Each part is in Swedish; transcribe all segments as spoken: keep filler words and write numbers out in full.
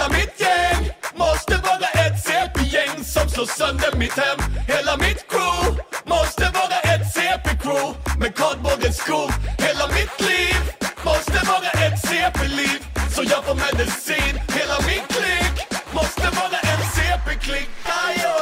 Hela mitt gäng måste vara ett C P-gäng som slår sönder mitt hem. Hela mitt crew måste vara ett C P-crew med kardborrens skor. Hela mitt liv måste vara ett C P-liv så jag får medicin. Hela min klick måste vara en C P-klick. Ajo!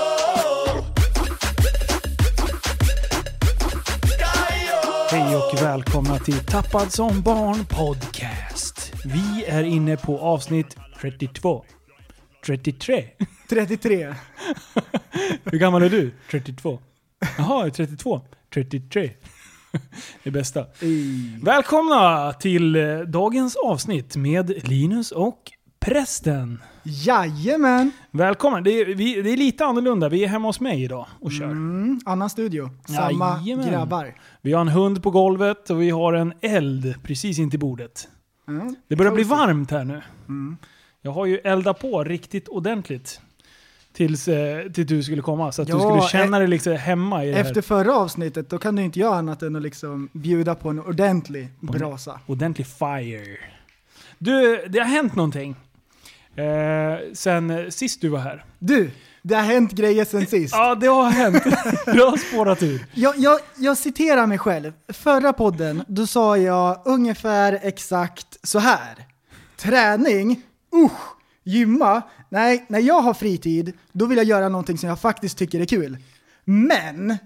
Hej och välkomna till Tappad som barn podcast. Vi är inne på avsnitt trettiotvå. trettiotre. trettiotre. Hur gammal är du? trettiotvå. Jaha, trettiotvå. trettiotre. Det bästa. Ej. Välkomna till dagens avsnitt med Linus och prästen. Jajamän. Välkomna. Det är, vi, det är lite annorlunda. Vi är hemma hos mig idag och kör. Mm, annan studio. Samma Jajamän. grabbar. Vi har en hund på golvet och vi har en eld precis in till bordet. Mm. Det börjar bli varmt här nu. Mm. Jag har ju eldat på riktigt ordentligt tills eh, till du skulle komma. Så att Ja, du skulle känna e- dig liksom hemma i det Efter här. förra avsnittet då kan du inte göra annat än att liksom bjuda på en ordentlig brasa. Ordentlig fire. Du, det har hänt någonting. Eh, sen sist du var här. Du, det har hänt grejer sen sist. Ja, det har hänt. Du har spårat ur. Jag, jag, jag citerar mig själv. Förra podden, då sa jag ungefär exakt så här. Träning, usch, gymma. Nej, när jag har fritid, då vill jag göra någonting som jag faktiskt tycker är kul. Men,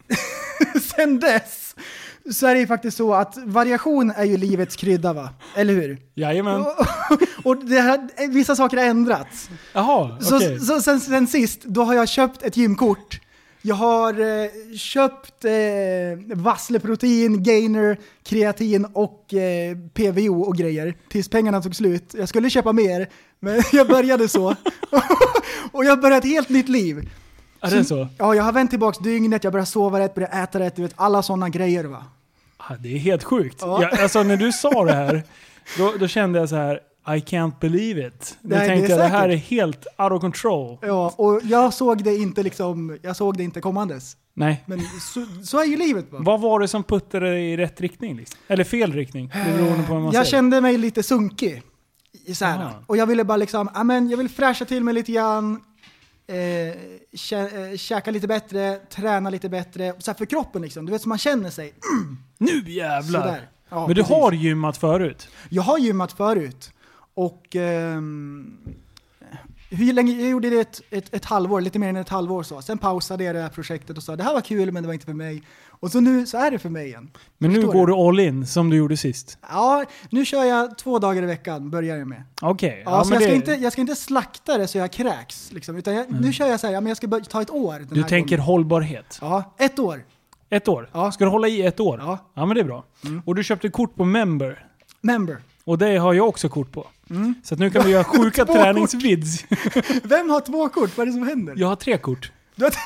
sen dess, så är det ju faktiskt så att variation är ju livets krydda, va? Eller hur? Jajamän. Och det här, vissa saker har ändrats. Jaha, Så, okej. så sen, sen sist, då har jag köpt ett gymkort. Jag har eh, köpt eh, vassleprotein, gainer, kreatin och eh, P V O och grejer. Tills pengarna tog slut. Jag skulle köpa mer, men jag började så. Och jag har börjat ett helt nytt liv. Är det så? Ja, jag har vänt tillbaks dygnet, jag börjar sova rätt, börjar äta rätt, du vet, alla sådana grejer, va? Ah, det är helt sjukt. Ja. Jag, alltså när du sa det här, då, då kände jag så här, I can't believe it. Då Nej, tänkte det är jag, det här är säkert. helt out of control. Ja, och jag såg det inte liksom, jag såg det inte kommandes. Nej. Men så, så är ju livet, va? Vad var det som puttade dig i rätt riktning? Liksom? Eller fel riktning? Det beror på vad man Jag säger. kände mig lite sunkig. Så här, Aha. och jag ville bara liksom, amen, jag vill fräscha till mig lite grann. Eh, kä- eh, käka lite bättre, träna lite bättre. Så här för kroppen liksom, du vet, så man känner sig. Mm, Nu jävlar! sådär. Ja, Men du precis. har gymmat förut? Jag har gymmat förut. Och ehm, hur länge, jag gjorde det ett, ett, ett halvår, lite mer än ett halvår så. Sen pausade jag det här projektet och sa, det här var kul men det var inte för mig. Och så nu så är det för mig igen. Men nu Förstår går du? du all in som du gjorde sist? Ja, nu kör jag två dagar i veckan, börjar jag med. Okej. Okay. Ja, Ja, så men jag, ska det- inte, jag ska inte slakta det så jag kräks. Liksom, utan jag, nu kör jag så här, ja, men jag ska bara ta ett år. Den Du här tänker gången. hållbarhet? Ja, ett år. Ett år? Ja. Ska du hålla i ett år? Ja. Ja, men det är bra. Och du köpte kort på Member. Member. Och det har jag också kort på. Mm. Så att nu kan vi göra sjuka Två träningsvids. Vem har två kort? Vad är det som händer? Jag har tre kort. Du har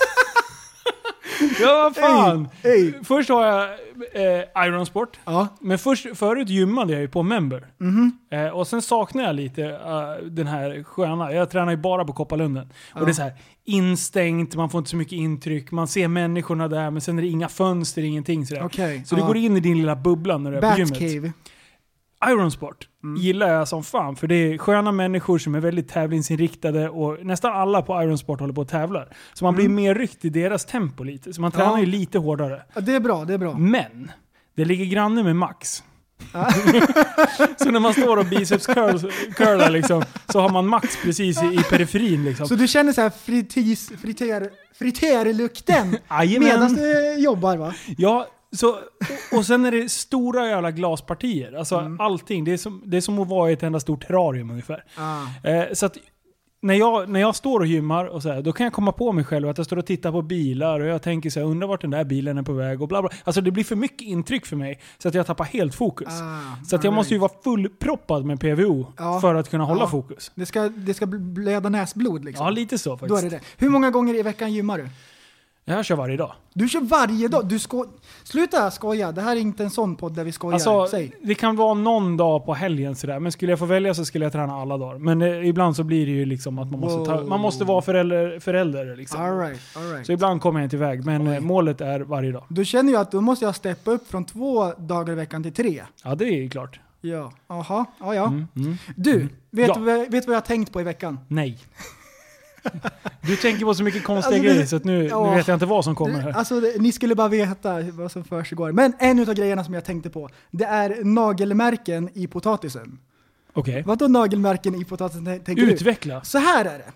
Ja, vad fan! Ey, ey. Först har jag eh, Iron Sport. Ja. Men först, förut gymmade jag ju på Member. Mhm. Eh, och sen saknar jag lite eh, den här sköna. Jag tränar ju bara på Kopparlunden. Ja. Och det är så här instängt, man får inte så mycket intryck. Man ser människorna där, men sen är det inga fönster, ingenting sådär. Okej. Så du ja. går in i din lilla bubbla när du är på gymmet. Batcave. Iron Sport Mm. gillar jag som fan, för det är sköna människor som är väldigt tävlingsinriktade och nästan alla på Iron Sport håller på att tävla. Så man blir mer ryckt i deras tempo lite. Så man tränar Ja. ju lite hårdare. Ja, det är bra, det är bra. Men det ligger granne med Max. Ja. Så när man står och biceps curl, curlar liksom, så har man Max precis i, i periferin liksom. Så du känner så här fritis, friter, friterlukten Jajamän. medan du jobbar, va? Ja, så, och, och sen är det stora jävla glaspartier. Alltså Mm. allting. Det är, som, det är som att vara i ett enda stort terrarium ungefär. Ah. Eh, så att när jag, när jag står och gymmar och så här, då kan jag komma på mig själv att jag står och tittar på bilar och jag tänker så här, undrar vart den där bilen är på väg och bla bla. Alltså det blir för mycket intryck för mig så att jag tappar helt fokus. Ah, så att jag all måste ju right. vara fullproppad med P V O Ja. för att kunna hålla Ja. fokus. Det ska, det ska blöda näsblod liksom. Ja, lite så faktiskt. Då är det det. Hur många gånger i veckan gymmar du? Jag kör varje dag. Du kör varje dag. Du sko- Sluta skoja. Det här är inte en sån podd där vi skojar. Alltså, Säg. det kan vara någon dag på helgen sådär, men skulle jag få välja så skulle jag träna alla dagar. Men eh, ibland så blir det ju liksom att man måste, ta, Wow. man måste vara förälder, förälder liksom. All right, all right. Så ibland kommer jag inte iväg, men eh, målet är varje dag. Du känner ju att då måste jag steppa upp från två dagar i veckan till tre. Ja, det är klart. Ja, aha, ja, ja. Mm, mm. Du, vet, Ja. du vad- vet du vad jag har tänkt på i veckan? Nej. Du tänker på så mycket konstiga Alltså, det- grejer så att nu, ja. nu vet jag inte vad som kommer här. Alltså, det, ni skulle bara veta vad som försiggår. Men en av grejerna som jag tänkte på, det är nagelmärken i potatisen. Okej. Vadå nagelmärken i potatisen, tän- tänker du? Utveckla. Så här är det.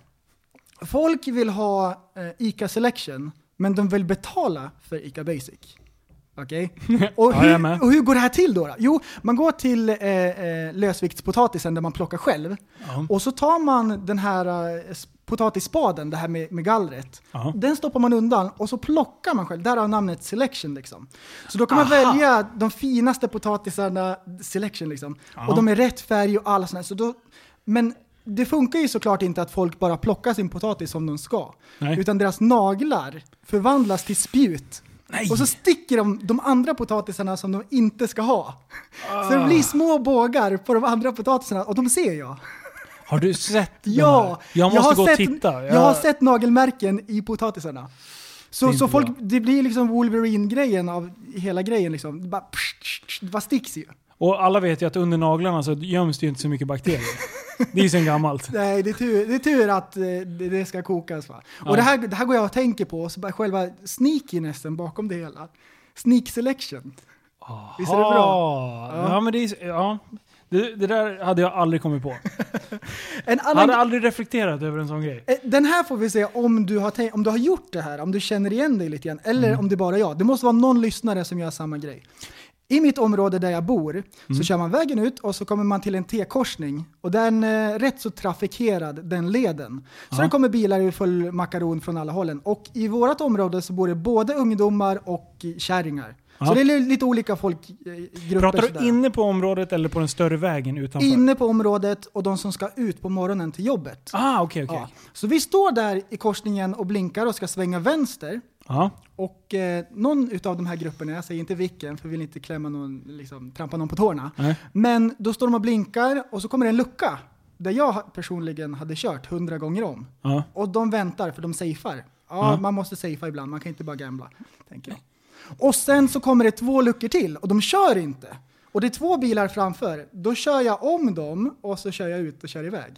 Folk vill ha eh, ICA Selection, men de vill betala för ICA Basic. Okej? Och, Ja, jag är hur, med. och hur går det här till då? då? Jo, man går till eh, eh, lösviktspotatisen där man plockar själv. Ja. Och så tar man den här eh, potatisspaden, det här med, med gallret. Ja. Den stoppar man undan och så plockar man själv. Där har namnet Selection liksom. Så då kan man Aha. välja de finaste potatisarna Selection liksom. Ja. Och de är rätt färg och alla sådana. Så då, men det funkar ju såklart inte att folk bara plockar sin potatis som de ska. Nej. Utan deras naglar förvandlas till spjut. Nej. Och så sticker de de andra potatisarna som de inte ska ha. Så det Ah. blir små bågar på de andra potatisarna och de ser jag. Har du sett de Ja, här? Jag måste har gå och sett, titta. Jag har sett nagelmärken i potatisarna. Det Så, är så inte folk, bra. det blir liksom Wolverine-grejen av hela grejen liksom. Det bara, psh, psh, psh, det bara sticks ju. Och alla vet ju att under naglarna så göms det ju inte så mycket bakterier. Det är ju sen gammalt. Nej, det är tur, det är tur att eh, det, det ska kokas va. Ja. Och det här, det här går jag och tänker på, så bara själva sneakinessen bakom det hela. Sneak selection. Visst är det bra? Ja, ja men det är... Ja. Det, det där hade jag aldrig kommit på. En Jag annan hade aldrig reflekterat över en sån grej. Eh, Den här får vi se om du, har tänkt, om du har gjort det här, om du känner igen dig lite grann, eller Mm. om det är bara jag. Det måste vara någon lyssnare som gör samma grej. I mitt område där jag bor Mm. så kör man vägen ut och så kommer man till en T-korsning. Och den är rätt så trafikerad, den leden. Så Ja. det kommer bilar i full makaron från alla hållen. Och i vårt område så bor det både ungdomar och kärringar. Ja. Så det är li- lite olika folkgrupper. Pratar sådär. du inne på området eller på den större vägen utanför? Inne på området och de som ska ut på morgonen till jobbet. Ah, okej, okej. Ja. Så vi står där i korsningen och blinkar och ska svänga vänster. Ja. Och eh, någon utav de här grupperna, jag säger inte vilken för vi vill inte klämma någon, liksom, trampa någon på tårna. Nej. Men då står de och blinkar och så kommer det en lucka där jag personligen hade kört hundra gånger om. Ja. Och de väntar för de safear. Ja, Ja. man måste safea ibland, man kan inte bara gambla, tänker jag. Och sen så kommer det två luckor till och de kör inte. Och det är två bilar framför. Då kör jag om dem och så kör jag ut och kör iväg.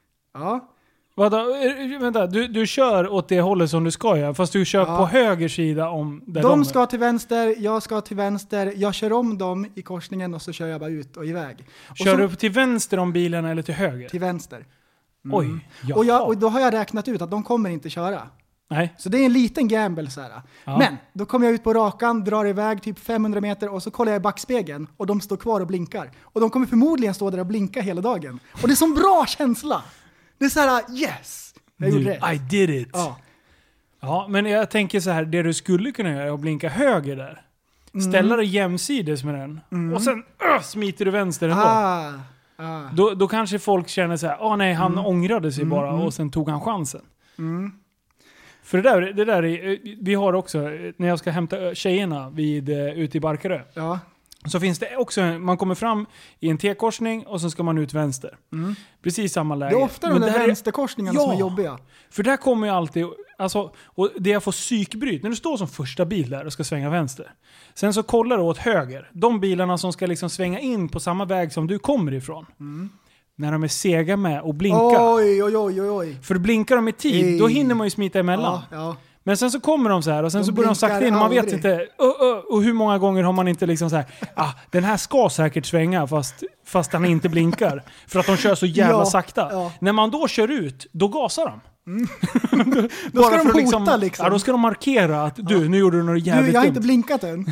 Ja. Vadå? Eh, Vänta, du, du kör åt det hållet som du ska göra, fast du kör Ja. på höger sida om där De de ska till vänster, jag ska till vänster, jag kör om dem i korsningen och så kör jag bara ut och iväg. Och Kör så, du till vänster om bilarna eller till höger? till vänster. Oj, jaha. Och, jag, och då har jag räknat ut att de kommer inte köra. Nej. Så det är en liten gamble så här. Ja. Men då kommer jag ut på rakan, drar iväg typ femhundra meter och så kollar jag i backspegeln och de står kvar och blinkar. Och de kommer förmodligen stå där och blinka hela dagen. Och det är sån bra känsla. Det är så här: yes, jag gjorde Nu, rätt. I did it. Ja. Ja, men jag tänker så här, det du skulle kunna göra är att blinka höger där. Mm. Ställa dig jämsides med den. Och sen öh, smiter du vänster ändå. Ah, ah. Då, då kanske folk känner så här, åh nej, han Mm. ångrade sig bara och sen tog han chansen. Mm. För det där, det där är, vi har också, när jag ska hämta tjejerna vid, eh, ute i Barkarö, Ja. så finns det också, man kommer fram i en T-korsning och så ska man ut vänster. Precis samma läge. Det är ofta de Men där det här är- vänsterkorsningarna Ja. som är jobbiga. För där kommer ju alltid, alltså, och det jag får psykbryt, när du står som första bil där och ska svänga vänster. Sen så kollar du åt höger. De bilarna som ska liksom svänga in på samma väg som du kommer ifrån. När de är sega med och blinkar. Oj, oj, oj, oj, oj. För blinkar de i tid, Ej. då hinner man ju smita emellan. Ja, ja. Men sen så kommer de så här och sen De så börjar de sakta blinkar in. Man vet aldrig. inte, ö, ö, och hur många gånger har man inte liksom så här, ah, den här ska säkert svänga fast, fast den inte blinkar. För att de kör så jävla Ja, sakta. ja. När man då kör ut, då gasar de. Då ska Bara de för att hota liksom. Ja, då ska de markera att du, nu gjorde du något jävligt Du, jag har inte dumt. blinkat än.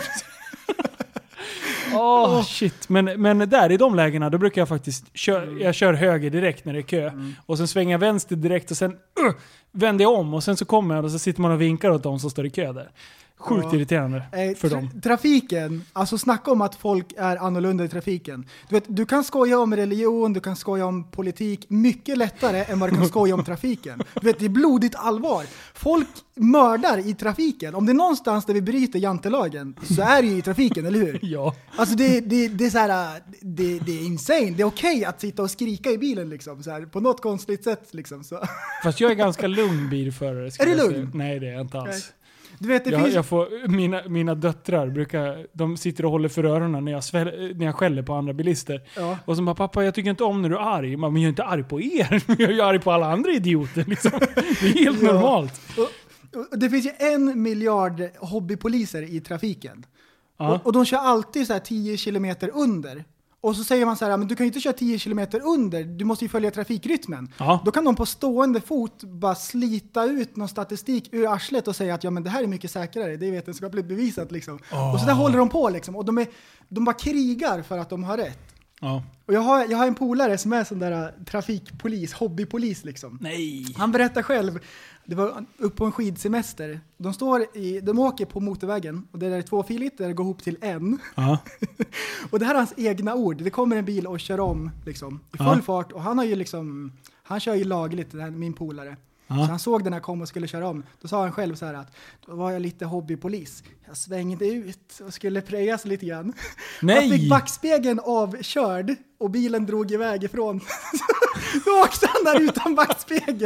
Åh, shit. Men, men där i de lägena, då brukar jag faktiskt kör, jag kör höger direkt när det är kö. Och sen svänger jag vänster direkt och sen uh, vänder jag om och sen så kommer jag och så sitter man och vinkar åt dem som står i kö där. Sjukt Ja. irriterande Eh, för tra- dem. Trafiken, alltså snacka om att folk är annorlunda i trafiken. Du vet, du kan skoja om religion, du kan skoja om politik mycket lättare än vad du kan skoja om trafiken. Du vet, det är blodigt allvar. Folk mördar i trafiken. Om det är någonstans där vi bryter jantelagen så är det ju i trafiken, eller hur? Ja. Alltså det, det, det är så här, det, det är insane. Det är okej att sitta och skrika i bilen liksom, så här, på något konstigt sätt liksom. Så. Fast jag är ganska lugn bilförare. skulle Är du jag säga. lugn? Nej, det är jag inte alls. Nej. Du vet, det jag, finns... jag får, mina, mina döttrar brukar, de sitter och håller för öronen när jag, sväl, när jag skäller på andra bilister. Ja. Och så bara, pappa jag tycker inte om när du är arg. Men jag är inte arg på er, jag är arg på alla andra idioter. Liksom. Det är helt Ja. normalt. Och, och det finns ju en miljard hobbypoliser i trafiken. Ja. Och, och de kör alltid så här tio kilometer under. Och så säger man så här, men du kan ju inte köra tio kilometer under, du måste ju följa trafikrytmen. Ja. Då kan de på stående fot bara slita ut någon statistik ur arslet och säga att ja, men det här är mycket säkrare, det är vetenskapligt bevisat liksom. Oh. Och så där håller de på liksom, och de, är, de bara krigar för att de har rätt. Ja. Och jag har, jag har en polare som är sån där uh, trafikpolis, hobbypolis liksom. Nej. Han berättar själv, det var upp på en skidsemester. De står i, de åker på motorvägen och det är tvåfiligt, där det går ihop till en. Ja. Och det här är hans egna ord. Det kommer en bil och kör om liksom, i full Ja. fart. Och han har ju liksom, han kör ju lagligt, den här, min polare. Ja. Så han såg den här kom och skulle köra om. Då sa han själv så här att då var jag lite hobbypolis. Jag svängde ut och skulle prejas lite grann. Nej. Han fick backspegeln avkörd och bilen drog iväg ifrån. Då åkte han där utan backspegel.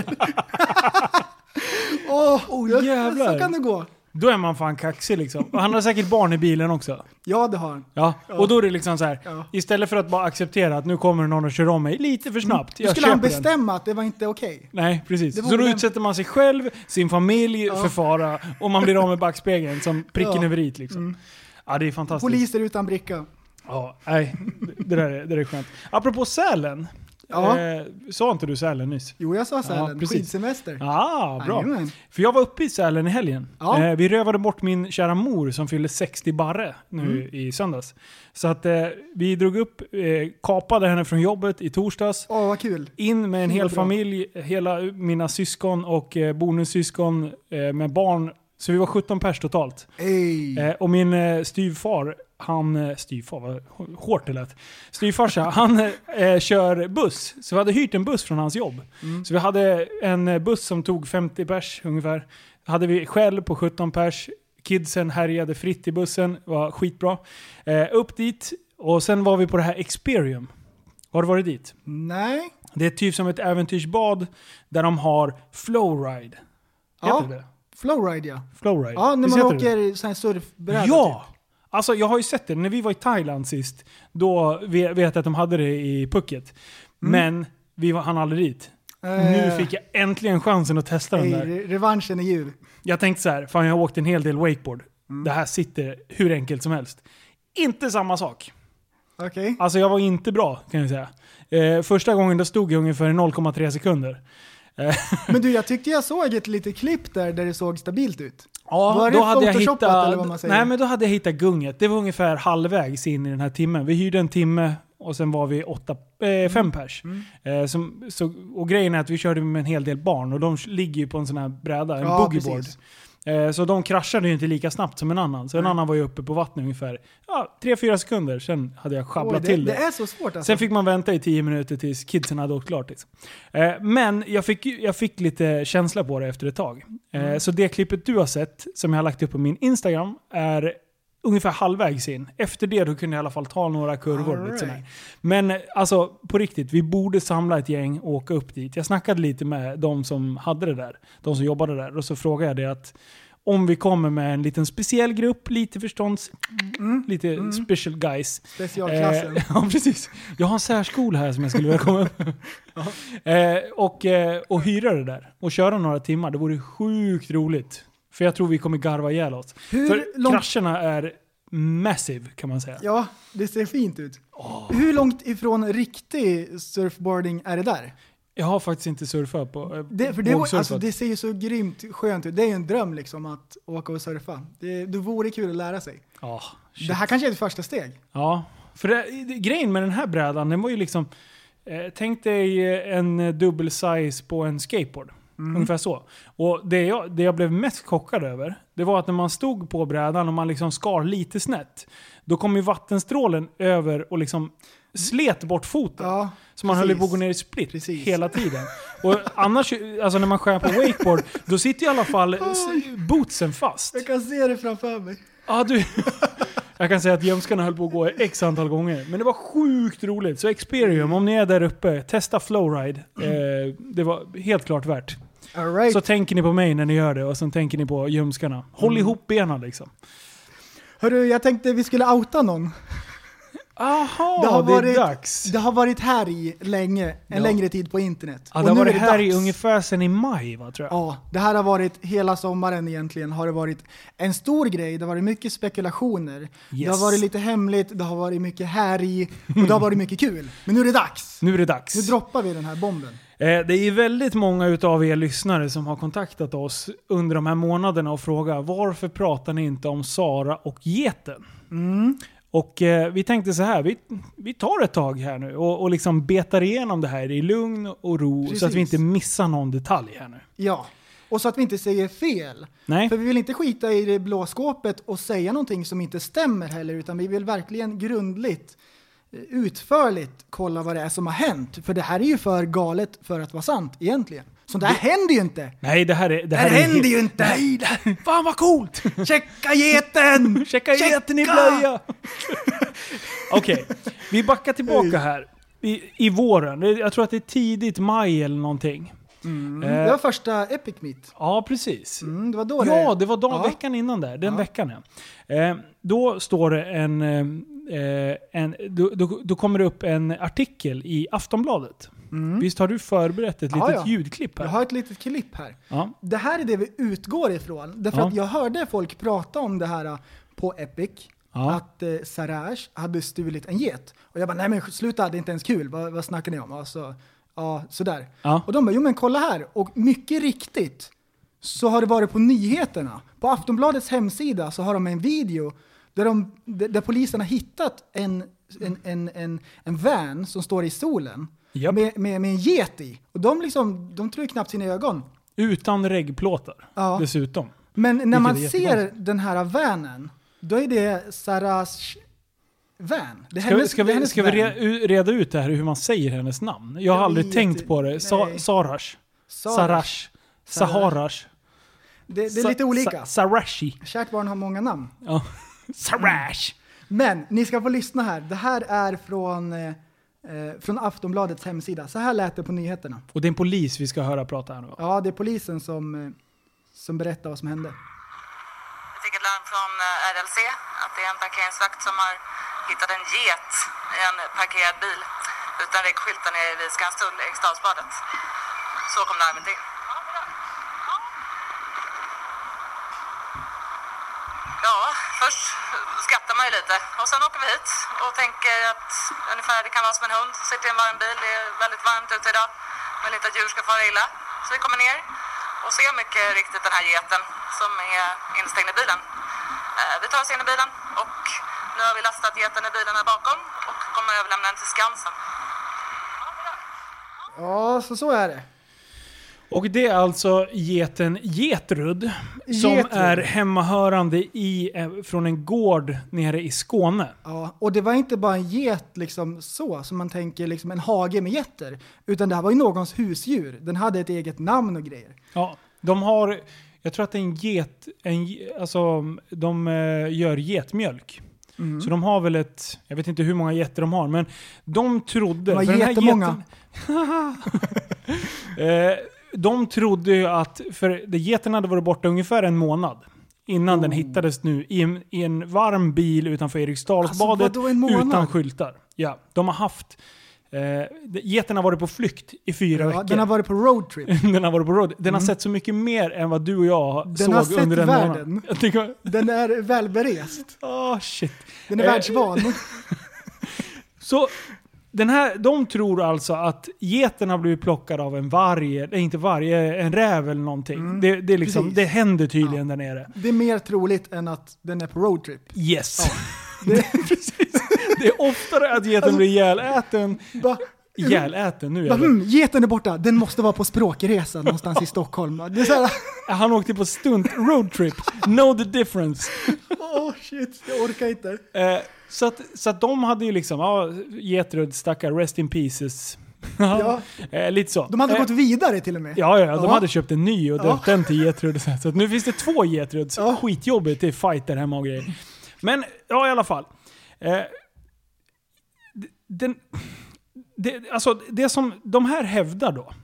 Åh, Oh, jävlar. så kan det gå. Då är man fan kaxig liksom. Och han har säkert barn i bilen också. Ja, det har han. Ja. Ja. Och då är det liksom så här. Ja. Istället för att bara acceptera att nu kommer någon och kör om mig lite för snabbt. Då Jag skulle han köper den. bestämma att det var inte okej. Nej, precis. Det Så vore då den- utsätter man sig själv, sin familj Ja. för fara och man blir av med backspegeln som pricken Ja. över i liksom. Ja, det är fantastiskt. Poliser utan bricka. Ja, nej. Det där är, det där är skönt. Apropå Sälen. Ja. Eh, sa inte du Sälen nyss? Jo, jag sa Sälen. precis. Skidsemester. Ja, bra. Jajamän. För jag var uppe i Sälen i helgen. Ja. Eh, vi rövade bort min kära mor som fyllde sextio barre nu Mm. i söndags. Så att eh, vi drog upp, eh, kapade henne från jobbet i torsdags. Åh, vad kul. In med en Fy, hel vad bra. familj, hela mina syskon och eh, bonussyskon eh, med barn. Så vi var sjutton pers totalt. Ej. Eh, och min eh, styvfar, han, eh, styvfar, vad hå- hårt det lät. Styvfarsa, han eh, kör buss. Så vi hade hyrt en buss från hans jobb. Mm. Så vi hade en eh, buss som tog femtio pers ungefär. Hade vi själv på sjutton pers. Kidsen härjade fritt i bussen, var skitbra. Eh, upp dit och sen var vi på det här Experium. Har du varit dit? Nej. Det är typ som ett äventyrsbad där de har flowride. Ja. Heter det? Flowride, ja. Flowride. Ja, när Visst man heter det? åker sån här surfbräda. Ja! Typ. Alltså jag har ju sett det. När vi var i Thailand sist, då ve- vet jag att de hade det i Phuket. Men vi var, han aldrig dit. Nu Eh, fick jag äntligen chansen att testa den ej, där. re- revanschen är djur. Jag tänkte så här, fan jag har åkt en hel del wakeboard. Det här sitter hur enkelt som helst. Inte samma sak. Okej. Alltså jag var inte bra kan jag säga. Eh, första gången då stod jag ungefär noll komma tre sekunder. Men du, jag tyckte jag såg ett litet klipp där där det såg stabilt ut. Ja, Var det då hade jag photoshopat, hittat, eller vad man säger? nej men då hade jag hittat gunget. Det var ungefär halvvägs in i den här timmen. Vi hyrde en timme och sen var vi åtta, eh, fem pers. Mm. Eh, som, så, och grejen är att vi körde med en hel del barn och de ligger ju på en sån här bräda, en Ja, boogieboard. precis. Eh, så de kraschade ju inte lika snabbt som en annan. Så en Nej. annan var ju uppe på vattnet ungefär ja, tre fyra sekunder. Sen hade jag schabblat Oj, det, till det. det är så svårt alltså. Sen fick man vänta i tio minuter tills kidsen hade åkt klart. Liksom. Eh, men jag fick, jag fick lite känsla på det efter ett tag. Eh, Mm. Så det klippet du har sett, som jag har lagt upp på min Instagram, är ungefär halvvägs in. Efter det då kunde jag i alla fall ta några kurvor. All Lite sådär. right. Men eh, alltså på riktigt, vi borde samla ett gäng och åka upp dit. Jag snackade lite med de som hade det där. De som jobbade där. Och så frågade jag det att om vi kommer med en liten speciell grupp, lite förstånds... Mm. Lite Mm. special guys. Specialklassen. Eh, ja, precis. Jag har en särskola här som jag skulle vilja komma upp. eh, och, eh, och hyra det där. Och köra några timmar. Det vore sjukt roligt. För jag tror vi kommer garva ihjäl oss. Hur För långt... krascherna är massive kan man säga. Ja, det ser fint ut. Hur långt ifrån riktig surfboarding är det där? Jag har faktiskt inte surfat på eh, Det, för det, vågsurfat. alltså, det ser ju så grymt skönt ut. Det är ju en dröm liksom att åka och surfa. Det, det vore kul att lära sig. Ja, shit. Det här kanske är ett första steg. Ja, för det, det, grejen med den här brädan, den var ju liksom... Eh, tänk dig en dubbel size på en skateboard. Mm. Ungefär så. Och det jag, det jag blev mest chockad över, det var att när man stod på brädan och man liksom skar lite snett, då kom ju vattenstrålen över och liksom slet bort foten. Ja, så man höll ju precis. på att gå ner i split Precis. hela tiden. Och annars, alltså när man skär på wakeboard, då sitter i alla fall s- bootsen fast. jag kan se det framför mig. Ja, du... Jag kan säga att gömskarna höll på att gå x antal gånger. Men det var sjukt roligt. Så Experium, om ni är där uppe, testa Flowride. Eh, det var helt klart värt. All right. Så tänker ni på mig när ni gör det och så tänker ni på ljumskarna. Håll Mm. ihop benen liksom. Hörru, jag tänkte vi skulle outa någon. Aha, Det har det varit- är dags. Det har varit här i länge, en Ja. längre tid på internet. Ja, Och det har nu är varit här i dags. ungefär sedan i maj, va, tror jag. Ja, det här har varit hela sommaren egentligen. Har det varit en stor grej. Det har varit mycket spekulationer. Det Yes. har varit lite hemligt. Det har varit mycket här i och det har varit mycket kul. Men nu är det dags. Nu är det dags. Nu droppar vi den här bomben. Eh, Det är väldigt många utav er lyssnare som har kontaktat oss under de här månaderna och frågat varför pratar ni inte om Sara och geten? Mm. Och eh, vi tänkte så här, vi, vi tar ett tag här nu och, och liksom betar igenom det här i lugn och ro Precis. så att vi inte missar någon detalj här nu. Ja, och så att vi inte säger fel. Nej, För vi vill inte skita i det blå skåpet och säga någonting som inte stämmer heller, utan vi vill verkligen grundligt, eh, utförligt kolla vad det är som har hänt. För det här är ju för galet för att vara sant egentligen. Så det här händer ju inte! nej det här är... Det Det här här är händer helt- ju inte! Nej, det här, fan vad coolt! Checka geten! Checka geten i blöja! Okej, vi backar tillbaka här. I, I våren, Det- jag tror att det är tidigt maj eller någonting. Mm. Eh, Det var första Epic Meet. Ja, precis. Mm, det var då Ja, det... det var dagen, Ja. veckan innan där. Den Ja. veckan, ja. Eh, då står det en... Eh, en då, då, då kommer det upp en artikel i Aftonbladet. Mm. Visst har du förberett ett Ja, litet ja. ljudklipp här? Jag har ett litet klipp här. Ja. Det här är det vi utgår ifrån. Därför Ja. att jag hörde folk prata om det här uh, på Epic. Ja. Att eh, Saraj hade stulit en get. Och jag bara, nej men sluta, det är inte ens kul. Vad, vad snackar ni om? Alltså, ja, sådär. Ja. Och de bara, jo men kolla här. Och mycket riktigt så har det varit på nyheterna. På Aftonbladets hemsida så har de en video där, de, där, där polisen har hittat en, en, en, en, en van som står i solen. Japp. Med, med, med en get i. Och de, liksom, de tror ju knappt sina ögon. Utan reggplåtar Ja. dessutom. Men när Vilket man är ser jättekonstigt. den här vanen, då är det Sarahs van. Det är Ska, vi, hennes- ska, det är vi, hennes ska vi van. re, u- reda ut det här hur man säger hennes namn? Jag har Jag aldrig vet tänkt inte. på det. Sa, Nej. Sarash. Sarah. Sarash. Saharash. Det, det är Sa- lite olika. Sa- Sarashi. Kärt barn har många namn. Ja. Sarash. Men ni ska få lyssna här. Det här är från, eh, eh, från Aftonbladets hemsida. Så här lät det på nyheterna. Och det är en polis vi ska höra prata här nu. va? Ja, det är polisen som, eh, som berättar vad som hände. Vi fick ett larm från eh, R L C att det är en parkeringsvakt som har hittat en get i en parkerad bil utan reggskylten nere vid Skanstull i Eriksdalsbadet. Så kom larmet in. Ja, först skrattar man ju lite och sen åker vi hit och tänker att ungefär det kan vara som en hund som sitter i en varm bil. Det är väldigt varmt ute idag. Men inte att djur ska fara illa. Så vi kommer ner och ser mycket riktigt den här geten som är instängd i bilen. Eh, Vi tar oss in i bilen och nu har vi lastat geten i bilen här bakom och kommer överlämna den till Skansen. Ja, så så är det. Och det är alltså geten Getrud som Getrud. är hemmahörande i, eh, från en gård nere i Skåne. Ja, och det var inte bara en get liksom så, som man tänker liksom en hage med getter. Utan det här var ju någons husdjur. Den hade ett eget namn och grejer. Ja, de har, jag tror att det är en get, en, ge- alltså de eh, gör getmjölk. Mm. Så de har väl ett, jag vet inte hur många getter de har, men de trodde... De har för den här jättemånga. geten- eh, de trodde ju att, för det, geten hade varit borta ungefär en månad innan Oh. den hittades nu i en, i en varm bil utanför Eriksdalsbadet Alltså, vadå en månad? utan skyltar. Ja, de har haft... Eh, geten har varit på flykt i fyra Ja, veckor. den har varit på roadtrip. Den har varit på road. Den har sett så mycket mer än vad du och jag såg har sett under en världen. månad. Jag tycker, Den är välberest. åh shit. Den är Eh, världsvan. Så den här, de tror alltså att geten har blivit plockad av en varg, eller inte varg, en räv eller någonting. det, det, är liksom, precis. det händer tydligen där nere. Det är mer troligt än att den är på roadtrip. Yes. Det, precis. Det är oftare att geten blir ihjäläten. Va? Ihjäläten nu Va, är det. hmm, geten är borta, den måste vara på språkresa någonstans i Stockholm. Det är såhär, Han åkte på stunt roadtrip. Know the difference. åh oh shit, jag orkar inte. Eh, så, att, så att de hade ju liksom, ja, Getrud stackar, rest in pieces. Ja. eh, lite så. De hade eh, gått vidare till och med. Ja, ja, de Ja. hade köpt en ny och döpt Ja. den till Getrud. Så att nu finns det två Getruds. Ja. Skitjobbigt, det är fight där hemma och grejer. Men, ja i alla fall. Eh, den, det, alltså, det som de här hävdar då,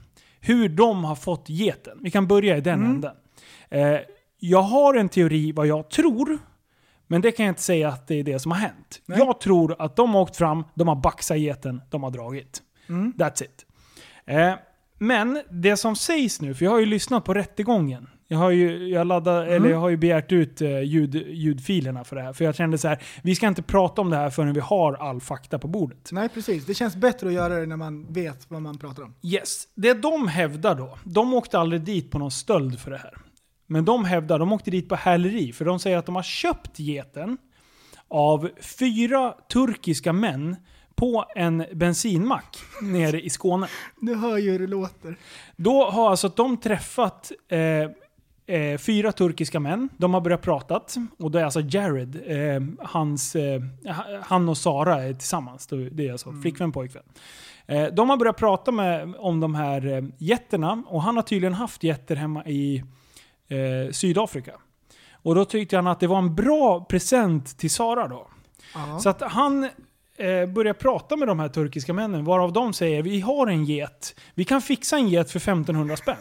hur de har fått geten. Vi kan börja i den mm. änden. Eh, jag har en teori vad jag tror, men det kan jag inte säga att det är det som har hänt. Nej. Jag tror att de har åkt fram, de har baxat geten, de har dragit. Mm. That's it. Eh, men det som sägs nu, för jag har ju lyssnat på rättegången. Jag har ju, jag laddar, mm. eller jag har ju begärt ut uh, ljud, ljudfilerna för det här. För jag kände så här, vi ska inte prata om det här förrän vi har all fakta på bordet. Nej, precis. Det känns bättre att göra det när man vet vad man pratar om. Yes. Det de hävdar då, de åkte aldrig dit på någon stöld för det här. Men de hävdar, de åkte dit på häleri. För de säger att de har köpt geten av fyra turkiska män på en bensinmack nere i Skåne. Nu hör ju hur det låter. Då har alltså de träffat eh, eh, fyra turkiska män. De har börjat prata. Och det är alltså Jared. Eh, hans, eh, han och Sara är tillsammans. Det är alltså mm. flickvän och pojkvän. Eh, de har börjat prata med, om de här eh, jätterna. Och han har tydligen haft jätter hemma i eh, Sydafrika. Och då tyckte han att det var en bra present till Sara då. Aha. Så att han eh, börjar prata med de här turkiska männen. Varav de säger, vi har en get. Vi kan fixa en get för femtonhundra spänn.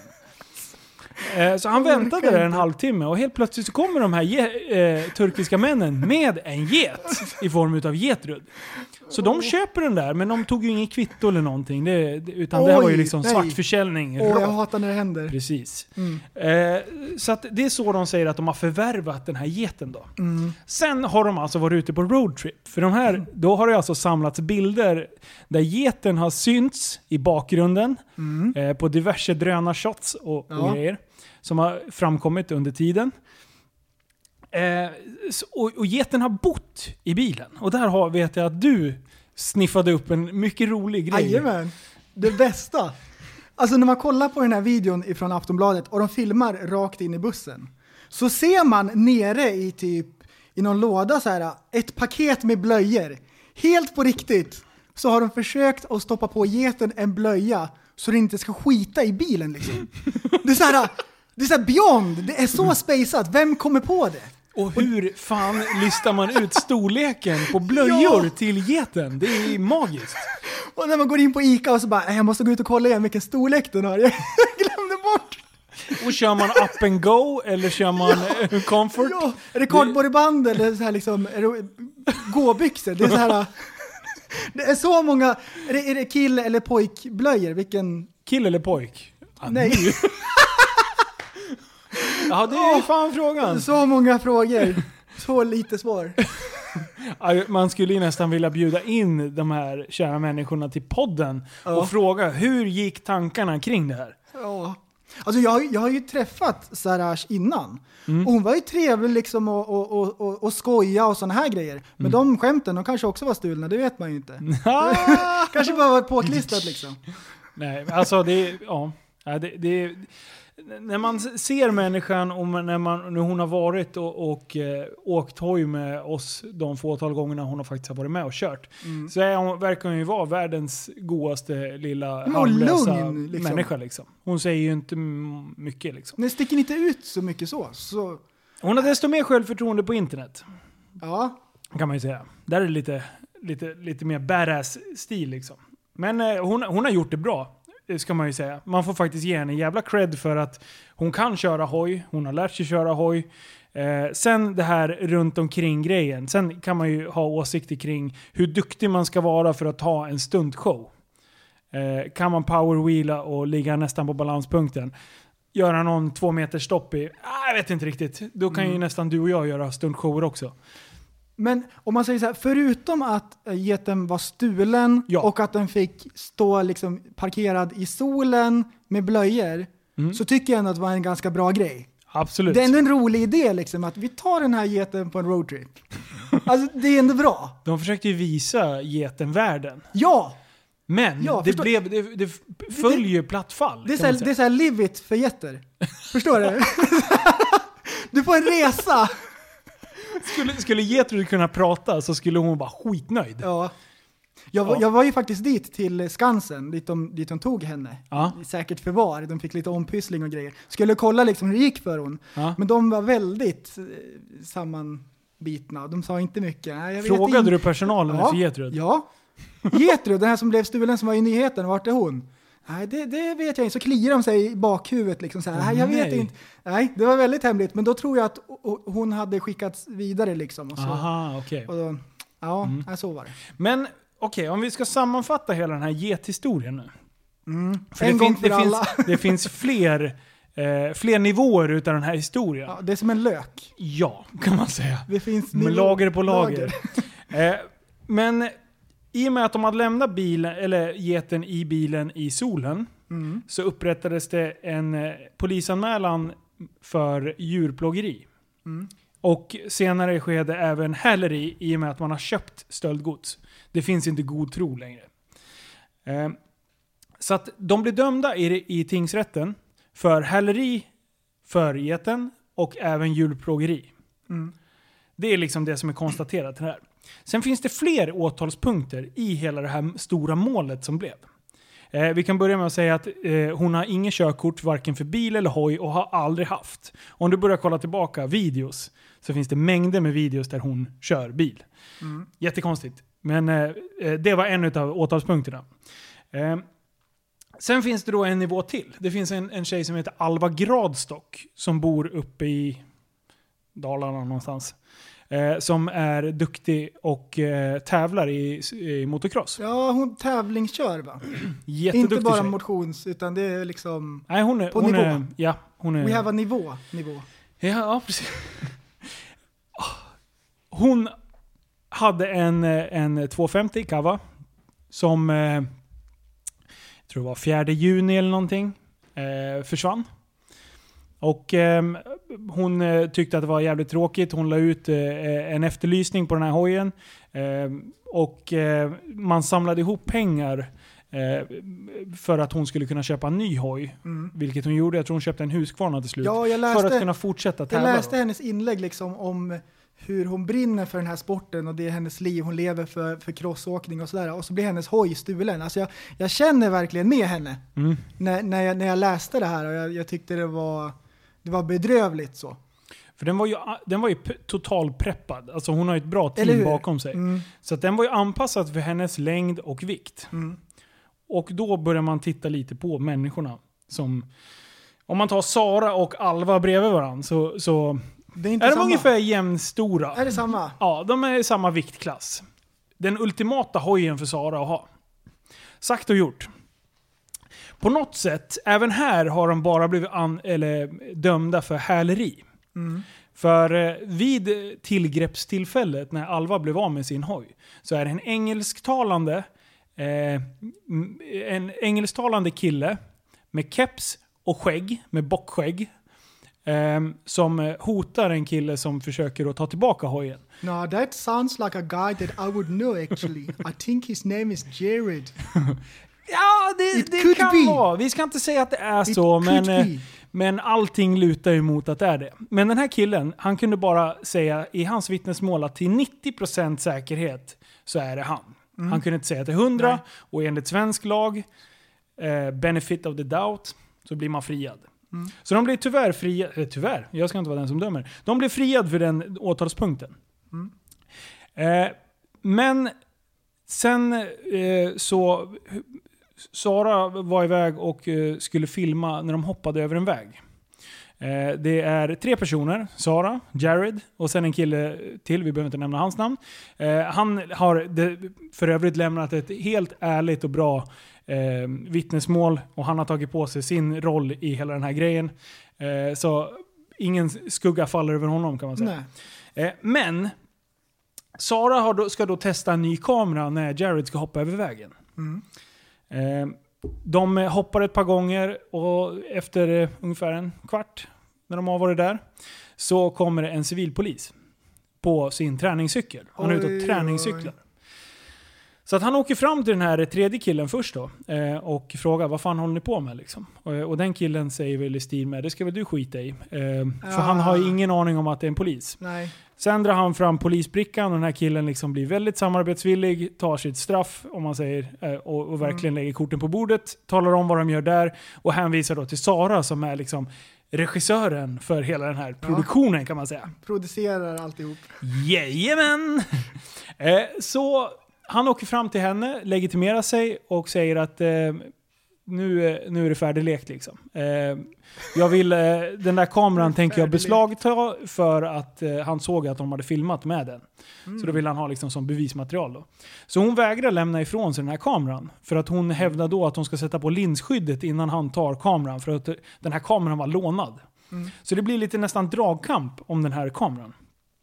Eh, så han väntade där en halvtimme. Och helt plötsligt så kommer de här ge- eh, turkiska männen med en get. I form av getrud. Så de köper den där, men de tog ju ingen kvitto eller någonting. Det, det, utan Oj, det här var ju liksom nej. svartförsäljning. Åh, jag hatar när det händer. Precis. Mm. Eh, så att det är så de säger att de har förvärvat den här geten då. Mm. Sen har de alltså varit ute på roadtrip. För de här, då har det alltså samlats bilder där geten har synts i bakgrunden. Mm. Eh, på diverse drönarshots och, ja. och grejer. Som har framkommit under tiden. Eh, och, och geten har bott i bilen. Och där har, vet jag att du sniffade upp en mycket rolig grej. Jajamän, det bästa. Alltså när man kollar på den här videon ifrån Aftonbladet och de filmar rakt in i bussen. Så ser man nere i typ i någon låda så här ett paket med blöjor. Helt på riktigt så har de försökt att stoppa på geten en blöja så den inte ska skita i bilen liksom. Det är så här, det är så här beyond. Det är så spejsat. Vem kommer på det? Och hur fan listar man ut storleken på blöjor ja. till geten? Det är magiskt. Och när man går in på Ica och så bara, jag måste gå ut och kolla igen vilken storlek den har. Jag glömde bort. Och kör man up and go eller kör man ja. comfort? Ja. Är det kardborreband eller så här liksom, är det gåbyxor? Det är så här, det är så många, är det, är det kill- eller pojkblöjor? Vilken? Kill eller pojk? Ah, nej. Ja, det är ju fan frågan. Så många frågor. Så lite svar. Man skulle ju nästan vilja bjuda in de här kära människorna till podden ja. och fråga, hur gick tankarna kring det här? Ja. Alltså jag, jag har ju träffat Sarash innan. Mm. Och hon var ju trevlig liksom och, och, och, och, och skoja och såna här grejer. Men mm. de skämten, de kanske också var stulna, det vet man ju inte. Kanske bara var påklistrat liksom. Nej, alltså det, ja, det, det när man ser människan och när, man, när hon har varit och, och eh, åkt hoj med oss de fåtal gångerna hon har faktiskt har varit med och kört. Mm. Så är hon, verkar hon ju vara världens godaste lilla harmlösa lugn, liksom. människa. Liksom. Hon säger ju inte m- mycket. Liksom. Det sticker inte ut så mycket så. så. Hon har desto mer självförtroende på internet. Ja. Kan man ju säga. Där är det lite, lite, lite mer badass-stil. Liksom. Men eh, hon, hon har gjort det bra. Ska man ju säga. Man får faktiskt ge henne en jävla cred för att hon kan köra hoj. Hon har lärt sig köra hoj. Eh, sen det här runt omkring grejen. Sen kan man ju ha åsikter kring hur duktig man ska vara för att ha en stuntshow. Eh, kan man powerwheela och ligga nästan på balanspunkten. Göra någon två meter stopp i... Ah, jag vet inte riktigt. Då kan mm. ju nästan du och jag göra stuntshower också. Men om man säger så här, förutom att geten var stulen ja. och att den fick stå liksom parkerad i solen med blöjor mm. så tycker jag ändå att det var en ganska bra grej. Absolut. Det är ändå en rolig idé liksom att vi tar den här geten på en roadtrip. Alltså det är ändå bra. De försökte ju visa geten världen. Ja! Men ja, det, blev, det, det följer ju plattfall. Det är, så här, det är så här live it för getter. Förstår du? Du får en resa. Skulle, skulle Gertrud kunna prata så skulle hon vara skitnöjd. Ja. Jag var, ja. jag var ju faktiskt dit till Skansen, dit de, dit de tog henne. Ja. Säkert förvar, de fick lite ompyssling och grejer. Skulle kolla liksom hur det gick för hon. Ja. Men de var väldigt eh, sammanbitna. De sa inte mycket. Nej, jag Frågade vet du personalen ja. för Gertrud? Ja. Gertrud, den här som blev stulen som var i nyheten, vart är hon? Nej, det, det vet jag inte. Så kliar de sig i bakhuvudet liksom så här. Oh, nej, jag vet nej. inte. Nej, det var väldigt hemligt. Men då tror jag att hon hade skickats vidare liksom. Och så, Aha, okej. och då, ja, Mm. nej, så var det. Men okej, om vi ska sammanfatta hela den här gethistorien nu. Mm. För En det, gång finns, för det, alla. finns, det finns fler, eh, fler nivåer utav den här historien. Ja, det är som en lök. Ja, kan man säga. Det finns Med nivå- lager på lager. eh, men i och med att de hade lämnat bilen, eller geten i bilen i solen, Mm. så upprättades det en eh, polisanmälan för djurplågeri. Mm. Och senare skedde även häleri i och med att man har köpt stöldgods. Det finns inte god tro längre. Eh, så att de blir dömda i, i tingsrätten för häleri för geten och även djurplågeri. Mm. Det är liksom det som är konstaterat här. Sen finns det fler åtalspunkter i hela det här stora målet som blev. Eh, vi kan börja med att säga att eh, hon har ingen körkort varken för bil eller hoj och har aldrig haft. Om du börjar kolla tillbaka videos så finns det mängder med videos där hon kör bil. Mm. Jättekonstigt. Men eh, det var en av åtalspunkterna. Eh, sen finns det då en nivå till. Det finns en, en tjej som heter Alva Gradstock som bor uppe i Dalarna någonstans. Eh, som är duktig och eh, tävlar i, i motocross. Ja, hon tävlingskör va? Jätteduktig Inte bara tjej. motions, utan det är liksom... Nej, hon är, på hon nivå. Är, ja, hon är... We have a nivå. nivå. Ja, ja, precis. Hon hade en, en tvåhundrafemtio Kava som eh, jag tror det var fjärde juni eller någonting eh, försvann. Och eh, hon eh, tyckte att det var jävligt tråkigt. Hon la ut eh, en efterlysning på den här hojen. Eh, och eh, man samlade ihop pengar eh, för att hon skulle kunna köpa en ny hoj. Mm. Vilket hon gjorde. Jag tror hon köpte en Husqvarna till slut. Ja, jag för att läste, kunna fortsätta jag tävla. läste då. hennes inlägg liksom om hur hon brinner för den här sporten och det är hennes liv. Hon lever för, för crossåkning och sådär. Och så blir hennes hoj stulen. Alltså jag, jag känner verkligen med henne Mm. när, när, jag, när jag läste det här. Och jag, jag tyckte det var, det var bedrövligt så. För den var ju, den var ju p- totalpreppad. Alltså hon har ju ett bra Eller team hur? bakom sig. Mm. Så att den var ju anpassad för hennes längd och vikt. Mm. Och då börjar man titta lite på människorna. Som, om man tar Sara och Alva bredvid varandra så, så Det är inte är de samma. ungefär jämnstora. Är det samma? Ja, de är i samma viktklass. Den ultimata hojen för Sara att ha. Sagt och gjort. På något sätt, även här har de bara blivit an, eller, dömda för häleri. Mm. För eh, vid tillgreppstillfället när Alva blev av med sin hoj så är det en engelsktalande eh, en engelsktalande kille med keps och skägg, med bockskägg eh, som hotar en kille som försöker att ta tillbaka hojen. No, that sounds like a guy that I would know actually. I think his name is Jared. Ja, det, It det could kan be. vara. Vi ska inte säga att det är It så, could men, eh, be. men allting lutar ju mot att det är det. Men den här killen, han kunde bara säga i hans vittnesmål att till nittio procent säkerhet så är det han. Han kunde inte säga till hundra Nej. och enligt svensk lag, eh, benefit of the doubt, så blir man friad. Mm. Så de blir tyvärr fria, eh, tyvärr, jag ska inte vara den som dömer. De blir friad för den åtalspunkten. Mm. Eh, men sen eh, så Sara var iväg och eh, skulle filma när de hoppade över en väg. Eh, det är tre personer, Sara, Jared och sen en kille till, vi behöver inte nämna hans namn. Eh, han har det, för övrigt lämnat ett helt ärligt och bra eh, vittnesmål och han har tagit på sig sin roll i hela den här grejen. Eh, så ingen skugga faller över honom kan man säga. Nej. Eh, men Sara har då, ska då testa en ny kamera när Jared ska hoppa över vägen. Mm. Eh, de hoppar ett par gånger och efter eh, ungefär en kvart när de har varit där så kommer det en civilpolis på sin träningscykel. Han är ute Oj, och träningscyklar. Så att han åker fram till den här tredje killen först då eh, och frågar vad fan håller ni på med liksom? Och, och den killen säger väl i stil med det ska väl du skita i. Eh, Ja. För han har ju ingen aning om att det är en polis. Nej. Sen drar han fram polisbrickan och den här killen liksom blir väldigt samarbetsvillig, tar sitt straff om man säger, eh, och, och verkligen lägger korten på bordet, talar om vad de gör där och hänvisar då till Sara som är liksom regissören för hela den här produktionen kan man säga. Producerar alltihop. Jajamän! eh, så han åker fram till henne, legitimerar sig och säger att eh, nu, är- nu är det färdiglekt liksom. Eh, jag vill, eh, den där kameran tänker jag beslagta för att eh, han såg att de hade filmat med den. Mm. Så då vill han ha liksom som bevismaterial då. Så hon vägrar lämna ifrån sig den här kameran. För att hon hävdar då att hon ska sätta på linsskyddet innan han tar kameran. För att den här kameran var lånad. Mm. Så det blir lite nästan dragkamp om den här kameran.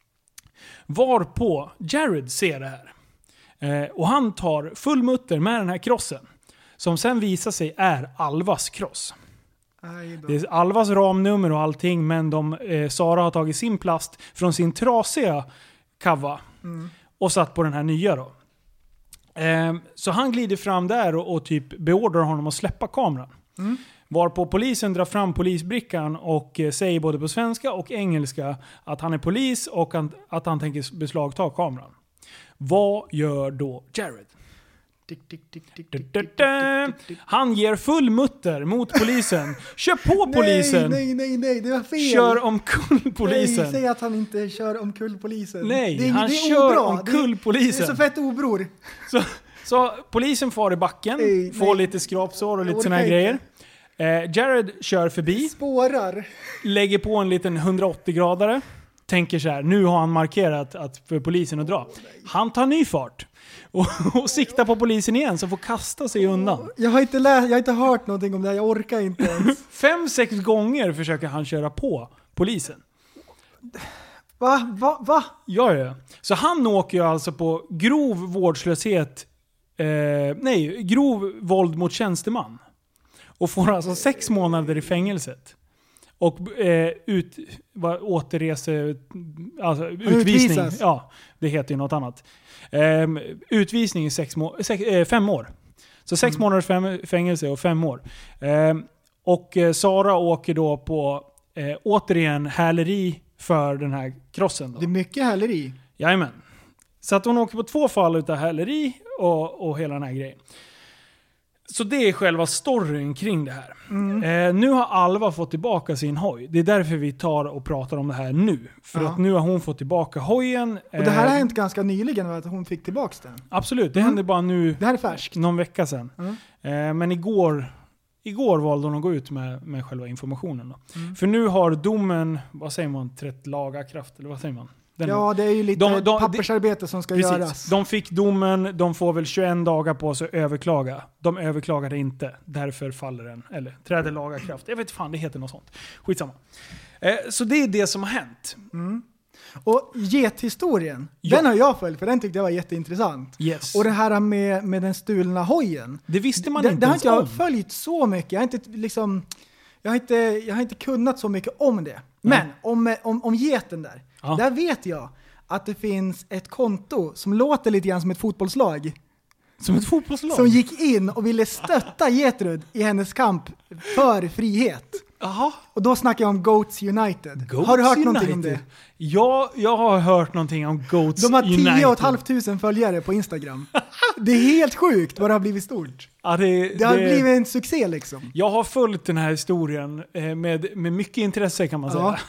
Varpå Jared ser det här. Eh, och han tar full mutter med den här krossen. Som sen visar sig är Alvas kross. Aj då. Det är Alvas ramnummer och allting, men de, eh, Sara har tagit sin plast från sin trasiga kava Mm. och satt på den här nya då. Eh, så han glider fram där och, och typ beordrar honom att släppa kameran. Mm. Varpå polisen drar fram polisbrickan och eh, säger både på svenska och engelska att han är polis och han, att han tänker beslagta kameran. Vad gör då Jared? Tick, tick, tick, tick, Da, tick, da, tick, da. tick, tick, tick. Han ger full mutter mot polisen. Kör på polisen! Nej, nej, nej, nej, det var fel. Kör omkull polisen. Nej, säg att han inte kör omkull polisen. Nej, det är, han det är kör obra. omkull Det är, polisen. det är så fett obror. Så, så polisen far i backen, Nej, får nej. lite skrapsår och lite orkar såna här inte. grejer. Eh, Jared kör förbi, Spårar. lägger på en liten hundraåttio-gradare. Tänker så här, nu har han markerat att för polisen att dra. Han tar ny fart. Och, och siktar på polisen igen, så får kasta sig undan. Jag har inte läst, jag har inte hört någonting om det här, jag orkar inte ens. Fem, sex gånger försöker han köra på polisen. Va? Va? Va? Ja, ja. Så han åker ju alltså på grov vårdslöshet, eh, nej, grov våld mot tjänsteman. Och får alltså sex månader i fängelset. Och eh, ut, va, återrese, alltså utvisning. utvisas. Ja, det heter ju något annat. Eh, utvisning i sex må- sex, eh, fem år. Så sex Mm. månaders fem, fängelse och fem år. Eh, och eh, Sara åker då på eh, återigen häleri för den här krossen. Då. Det är mycket häleri. Jajamän. Så att hon åker på två fall utav häleri och, och hela den här grejen. Så det är själva storyn kring det här. Mm. Eh, nu har Alva fått tillbaka sin hoj. Det är därför vi tar och pratar om det här nu. För Ja. att nu har hon fått tillbaka hojen. Och det här har Eh, hänt ganska nyligen, va, att hon fick tillbaka den. Absolut, det Mm. hände bara nu Det här är färskt. någon vecka sedan. Mm. Eh, men igår, igår valde hon att gå ut med, med själva informationen. Då. Mm. För nu har domen, vad säger man, trätt laga kraft? Eller vad säger man? Den- Ja, det är ju lite De- de- pappersarbete som ska Precis. göras. De fick domen, de får väl tjugoett dagar på sig att överklaga. De överklagade inte, därför faller den. Eller träder laga kraft. Jag vet fan, det heter något sånt. Skitsamma. Eh, så det är det som har hänt. Mm. Och gethistorien, Ja. den har jag följt för den tyckte jag var jätteintressant. Yes. Och det här med, med den stulna hojen. det visste man det, inte det har ens inte jag om. följt så mycket. Jag har inte liksom... Jag har inte, jag har inte kunnat så mycket om det. Men om, om, om geten där. Ja. Där vet jag att det finns ett konto som låter lite grann som ett fotbollslag. Som ett fotbollslag? Som gick in och ville stötta Getrud i hennes kamp för frihet. Jaha. Och då snackar jag om Goats United. Goats har du hört United. någonting om det? Ja, jag har hört någonting om Goats De har United. tio och ett halvt tusen följare på Instagram. Det är helt sjukt vad det har blivit stort. Ja, det, Det har det- blivit en succé liksom. Jag har följt den här historien eh, med, med mycket intresse, kan man säga.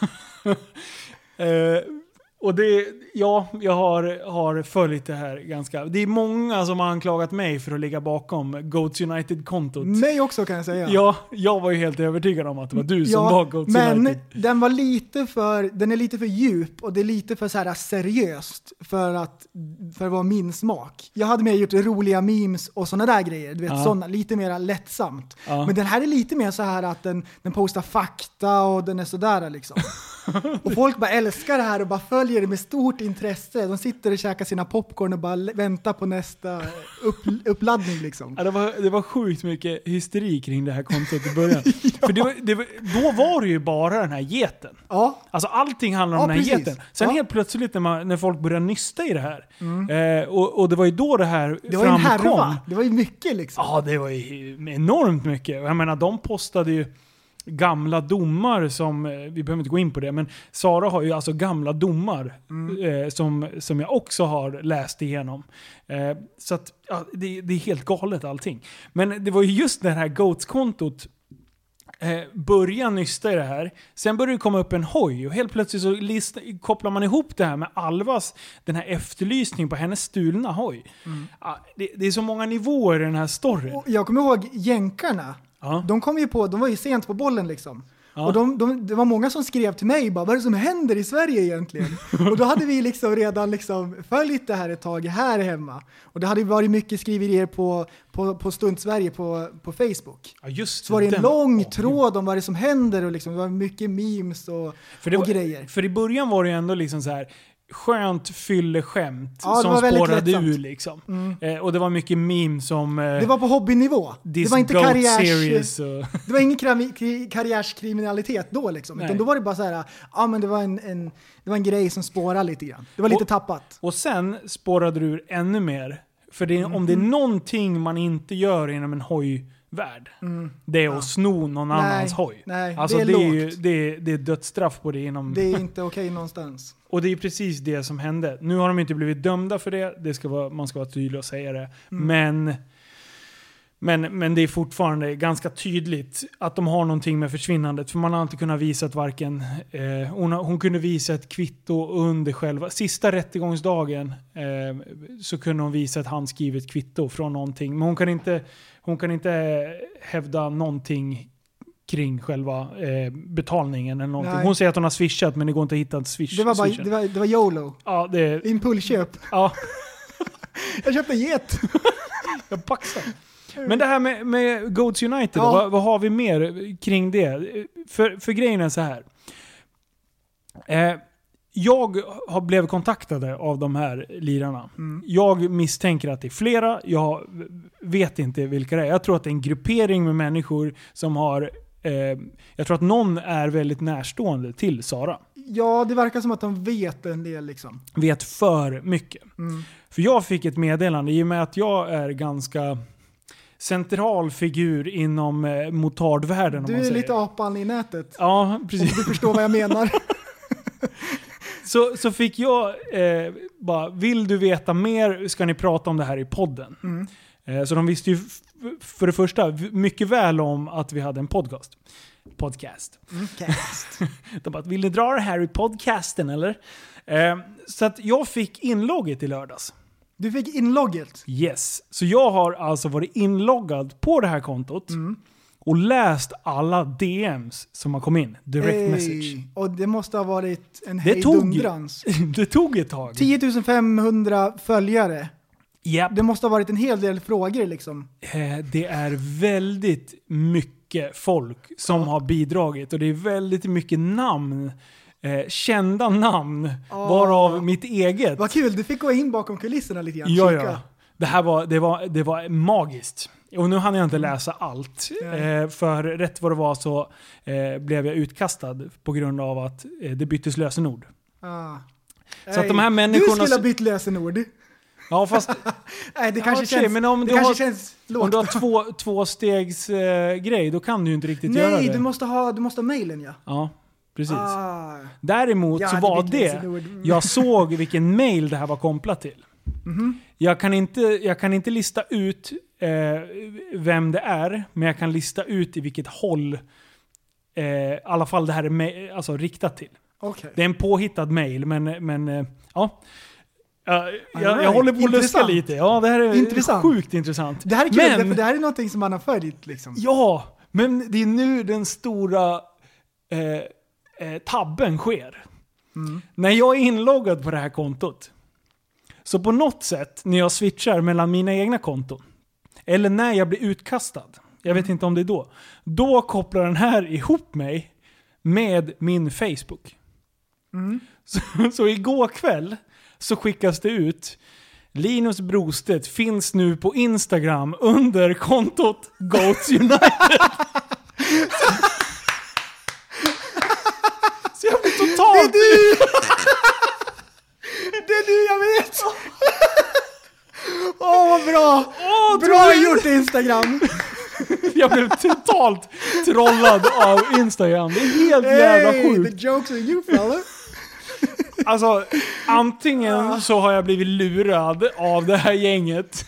eh, och det, ja, jag har, har följt det här ganska... Det är många som har anklagat mig för att ligga bakom Goats United-kontot. Mig också kan jag säga. Ja, jag var ju helt övertygad om att det var du som var Goats men United. den var lite för, den är lite för djup och det är lite för så här seriöst för att, för att vara min smak. Jag hade mer gjort roliga memes och såna där grejer, du vet, Ja. såna, lite mer lättsamt. Ja. Men den här är lite mer så här att den, den postar fakta och den är sådär liksom. Och folk bara älskar det här och bara följer det med stort intresse. De sitter och käkar sina popcorn och bara l- väntar på nästa upp, uppladdning liksom. Ja, det, var, det var sjukt mycket hysteri kring det här kontot i början. För det var, det var, då var det ju bara den här geten. Ja, Alltså allting handlar om Ja, den här precis. geten. Sen Ja. helt plötsligt när, man, när folk började nysta i det här. Eh, och, och det var ju då det här det var ju en framkom. härva. Det var ju mycket liksom. Ja, det var ju enormt mycket. Jag menar, de postade ju gamla domar som, eh, vi behöver inte gå in på det, men Sara har ju alltså gamla domar eh, som, som jag också har läst igenom. Eh, så att, ja, det, det är helt galet allting. Men det var ju just det här Goats-kontot eh, börja nysta i det här. Sen börjar det komma upp en hoj och helt plötsligt så list, kopplar man ihop det här med Alvas, den här efterlysningen på hennes stulna hoj. Mm. Ah, det, det är så många nivåer i den här storyn. Och jag kommer ihåg jänkarna. Ja. De kom ju på, de var ju sent på bollen liksom. Ja. Och de, de, det var många som skrev till mig bara, vad är det som händer i Sverige egentligen? Och då hade vi liksom redan liksom följt det här ett tag här hemma. Och det hade varit mycket skriverier på, på, på Stund Sverige på, på Facebook. Ja, just så var det en den. lång oh, tråd om vad det är som händer och liksom, det var mycket memes och, för det och var, grejer. För i början var det ju ändå liksom så här skönt fylleskämt ja, som spårade lättsamt. ur liksom. Mm. Eh, och det var mycket memes som... Eh, det var på hobbynivå. Det var inte karriärs... och... det var ingen kram- karriärskriminalitet då liksom. Nej. Utan då var det bara så här, ja men det var en, en, det var en grej som spårade lite grann. Det var lite och, tappat. Och sen spårade du ur ännu mer. För det, mm. om det är någonting man inte gör inom en hojvärld, mm. det är ja. att sno någon nej, annans hoj. Nej, alltså det är, det är, ju, lågt. det, är, det är dödsstraff på det inom... Det är inte okej någonstans. Och det är precis det som hände. Nu har de inte blivit dömda för det. det ska vara, man ska vara tydlig och säga det. Mm. Men, men, men det är fortfarande ganska tydligt att de har någonting med försvinnandet. För man har inte kunnat visa att varken... Eh, hon, hon kunde visa ett kvitto under själva... Sista rättegångsdagen eh, så kunde hon visa ett handskrivet kvitto från någonting. Men hon kan inte, hon kan inte hävda någonting kring själva eh, betalningen eller någonting. Nej. Hon säger att hon har swishat men det går inte att hitta en swish. Det var bara, det var, det var YOLO. Ja, det... Impulsköp. Ja. Jag köpte en get. Jag baxar. Men det här med, med Goats United, ja. vad, vad har vi mer kring det? För, för grejen är så här. Eh, jag har blivit kontaktade av de här lirarna. Mm. Jag misstänker att det är flera. Jag vet inte vilka det är. Jag tror att det är en gruppering med människor som har... Eh, jag tror att någon är väldigt närstående till Sara. Ja, det verkar som att de vet en del liksom. Vet för mycket. Mm. För jag fick ett meddelande i och med att jag är ganska central figur inom eh, motardvärlden. Du om man är säger. lite apan i nätet. Ja, precis. Om du förstår vad jag menar. så, så fick jag eh, bara, vill du veta mer ska ni prata om det här i podden. Mm. Eh, så de visste ju f- för det första mycket väl om att vi hade en podcast. Podcast. Podcast. De bara, vill ni dra det här i podcasten eller? Eh, så att jag fick inlogget i lördags. Du fick inlogget? Yes. Så jag har alltså varit inloggad på det här kontot mm. och läst alla D Ms som har kommit in. Direct Ey. message. Och det måste ha varit en det hejdundrans. Tog, det tog ett tag. tio tusen femhundra följare. Yep. Det måste ha varit en hel del frågor liksom. Eh, det är väldigt mycket folk som ja. har bidragit och det är väldigt mycket namn. Eh, kända namn, oh. varav mitt eget. Vad kul, du fick gå in bakom kulisserna lite grann. Ja, ja. Det här var, det var, det var magiskt. Och nu hann jag inte läsa allt. Mm. Eh, för rätt vad det var så eh, blev jag utkastad på grund av att eh, det byttes lösenord. Ah. Så att de här människorna... Du skulle ha bytt lösenord. Ja, fast... Nej, det kanske ja, okay, känns, men om det du kanske har, känns lågt. Om du har två, två stegs eh, grej, då kan du ju inte riktigt Nej, göra det. Nej, du måste ha, du måste ha mailen, ja. Ja. Precis. Ah, Däremot så var det, jag såg vilken mail det här var kopplat till. Mm-hmm. Jag, kan inte, jag kan inte lista ut eh, vem det är, men jag kan lista ut i vilket håll eh, i alla fall det här är ma- alltså, riktat till. Okay. Det är en påhittad mail, men, men eh, ja. Uh, jag, right. jag håller på att luska lite. Ja, det här är intressant. Sjukt intressant. Det här är kul, men, för det här är någonting som man har följt. Liksom. Ja, men det är nu den stora... Eh, tabben sker. Mm. När jag är inloggad på det här kontot. Så på något sätt när jag switchar mellan mina egna konton. Eller när jag blir utkastad. Jag vet mm. inte om det är då. Då kopplar den här ihop mig med min Facebook. Mm. Så, så igår kväll så skickas det ut. Linus Brostedt finns nu på Instagram under kontot Goats United. Så jag blir totalt... Det är du! Det är du, jag vet! Åh, oh, vad bra! Oh, bra gjort Instagram! Jag blev totalt trollad av Instagram. Det är helt hey, jävla sjukt. The jokes are you, fella. Alltså, antingen så har jag blivit lurad av det här gänget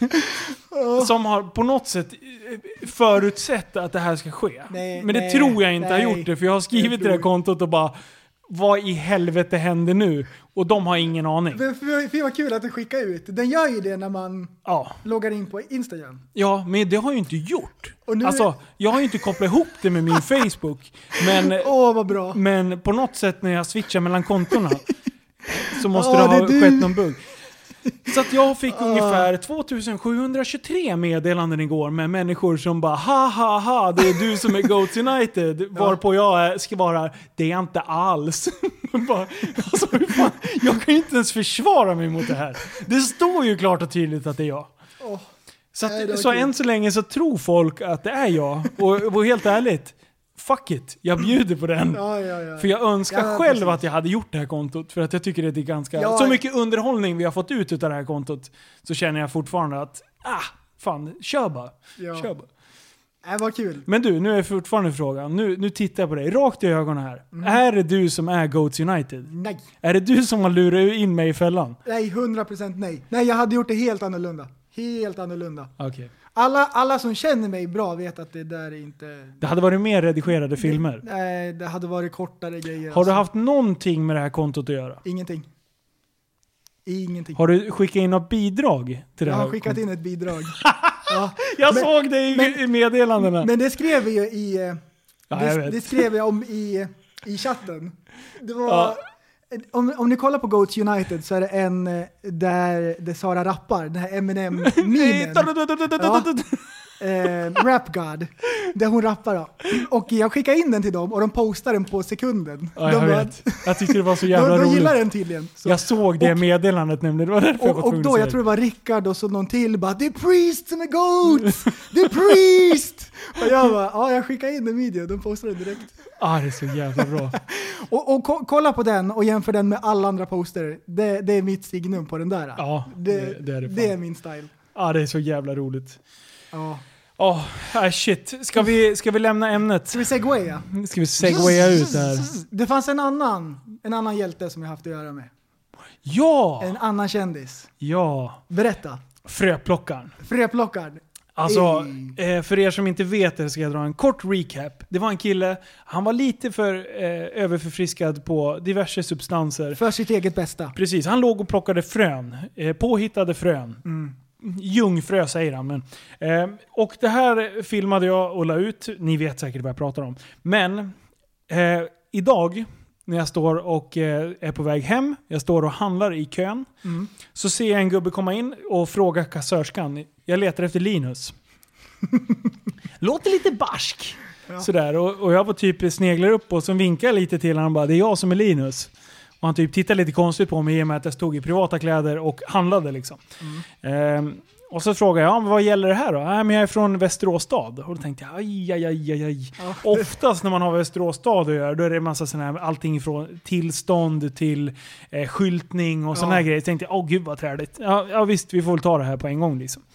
som har på något sätt förutsett att det här ska ske. Nej, Men det nej, tror jag inte nej. har gjort det, för jag har skrivit det där kontot och bara, vad i helvete händer nu? Och de har ingen aning. För, för, för vad kul att du skickar ut. Den gör ju det när man Ja. loggar in på Instagram. Ja, men det har jag ju inte gjort. Och nu- Alltså, jag har ju inte kopplat ihop det med min Facebook. Men, Åh, vad bra. men på något sätt när jag switchar mellan kontona så måste Ja, det ha det är du. skett någon bugg. Så att jag fick ungefär tvåtusensjuhundratjugotre meddelanden igår med människor som bara ha ha ha, det är du som är Goats United. Varpå jag svarar, det är inte alls. bara, alltså, hur fan? Jag kan ju inte ens försvara mig mot det här. Det står ju klart och tydligt att det är jag. Åh. Så, Nej, det var att, så kul. än så länge så tror folk att det är jag. Och, och helt ärligt, fuck it, jag bjuder på den. Ja, ja, ja. För jag önskar Ja, själv precis. att jag hade gjort det här kontot. För att jag tycker att det är ganska... Ja. Så mycket underhållning vi har fått ut av det här kontot. Så känner jag fortfarande att, ah, fan, kör bara. Ja. Kör bara. Äh, vad kul. Men du, nu är fortfarande frågan. Nu, nu tittar jag på dig, rakt i ögonen här. Mm. Är det du som är Goats United? Nej. Är det du som har lurat in mig i fällan? Nej, hundra procent nej. Nej, jag hade gjort det helt annorlunda. Helt annorlunda. Okej. Alla, alla som känner mig bra vet att det där är inte... Det hade varit mer redigerade filmer. Nej, det hade varit kortare grejer. Har du alltså. haft någonting med det här kontot att göra? Ingenting. Ingenting. Har du skickat in något bidrag till det Jag här har skickat kontot? in ett bidrag. Ja. Jag Men- såg det i, men- i meddelandena. Men det skrev vi ju i... eh, Ja, jag det, vet. det skrev jag om i, i chatten. Det var... Ja. Om, om ni kollar på Goats United så är det en eh, där, där Sara rappar, den här Eminem-memen. Ja. Eh, Rap God, där hon rappar då. Och jag skickade in den till dem och de postade den på sekunden. Ja, jag de bara- vet. Jag tyckte det var så jävla de, de roligt. gillar den tydligen. Så. Jag såg det Och- meddelandet nämligen. Det var därför jag var Och, och tvungen då, att säga jag tror det. det var Rickard och så någon till, bara det är Priest som är Goats! Det är Priest! Och jag bara, ja jag skickade in en video, de postade den direkt. Ah, det är så jävla bra. Och, och ko- kolla på den och jämför den med alla andra poster. Det, det är mitt signum på den där. Ja, det, det- det är det fan. det är min style. Ah, det är så jävla roligt. Ja. Åh, oh, shit. Ska vi, ska vi lämna ämnet? Ska vi segwaya? Ska vi segwaya ut här? Det fanns en annan, en annan hjälte som jag haft att göra med. Ja! En annan kändis. Ja. Berätta. Fröplockaren. Fröplockaren. Alltså, Ey. eh, för er som inte vet det ska jag dra en kort recap. Det var en kille, han var lite för eh, överförfriskad på diverse substanser. För sitt eget bästa. Precis, han låg och plockade frön. Eh, påhittade frön. Mm. Ljungfrö säger han. Men, eh, och det här filmade jag och la ut. Ni vet säkert vad jag pratar om. Men eh, idag när jag står och eh, är på väg hem, jag står och handlar i kön, Mm. så ser jag en gubbe komma in och fråga kassörskan. Jag letar efter Linus. Låter lite barsk. Ja. Sådär, och, och jag var typ sneglar upp och så vinkar jag lite till honom. Bara, det är jag som är Linus. Och han typ tittar lite konstigt på mig i och med att jag stod i privata kläder och handlade liksom. Ehm, och så frågar jag, ja, men vad gäller det här då? Nej, men jag är från Västerås stad. Och då tänkte jag, aj, aj, aj, aj, aj. Ja. Oftast när man har Västerås stad att göra, då är det en massa sådana här, allting från tillstånd till eh, skyltning och sådana Ja. här grejer. Så tänkte jag, åh gud vad träligt. Ja, ja visst, vi får väl ta det här på en gång liksom.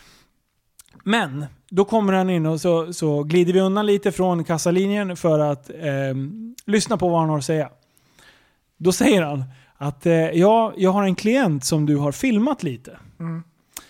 Men då kommer han in och så, så glider vi undan lite från kassalinjen för att eh, lyssna på vad han har att säga. Då säger han att eh, ja, jag har en klient som du har filmat lite. Mm.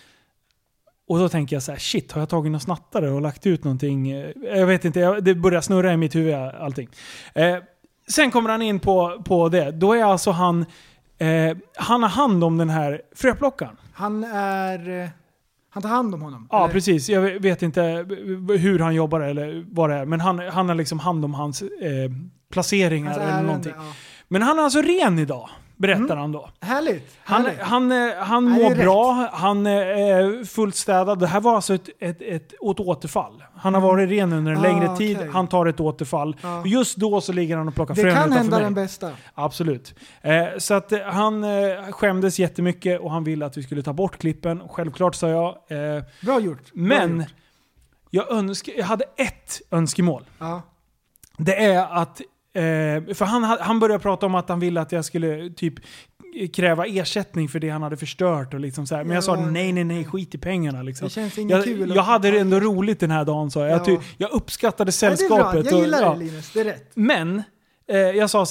Och då tänker jag så här, shit, har jag tagit någon snattare och lagt ut någonting? Eh, Jag vet inte, jag, det börjar snurra i mitt huvud allting. Eh, sen kommer han in på, på det. Då är alltså han, eh, han har hand om den här fröplockaren. Han är... eh, Han tar hand om honom. Ja, eller? precis. Jag vet inte hur han jobbar eller vad det är. Men han, han har liksom hand om hans eh, placeringar Hans eller ärende, någonting. ja. Men han är alltså ren idag, berättar Mm. han då. Härligt. Han, härligt. han, eh, han Nej, det mår är rätt. bra, han är fullt städad. Det här var alltså ett, ett, ett, ett återfall. Han har varit ren under en Ah, längre tid, okej. han tar ett återfall. Ja. Just då så ligger han och plockar Det frön kan utanför hända mig. den bästa. Absolut. Eh, så att eh, han eh, skämdes jättemycket och han ville att vi skulle ta bort klippen. Självklart sa jag. Eh, Bra gjort. Bra men gjort. jag, önsk, jag hade ett önskemål. Ja. Det är att, eh, för han, han började prata om att han ville att jag skulle typ kräva ersättning för det han hade förstört och liksom så här. Men jag sa Ja. nej, nej, nej, skit i pengarna liksom. Det känns inget Jag, kul. jag hade det ändå roligt den här dagen, sa jag. Jag, Ja. ty, jag uppskattade Ja, det är bra. sällskapet. Jag gillar och, det, Linus. Det är rätt. Men eh, jag sa så här,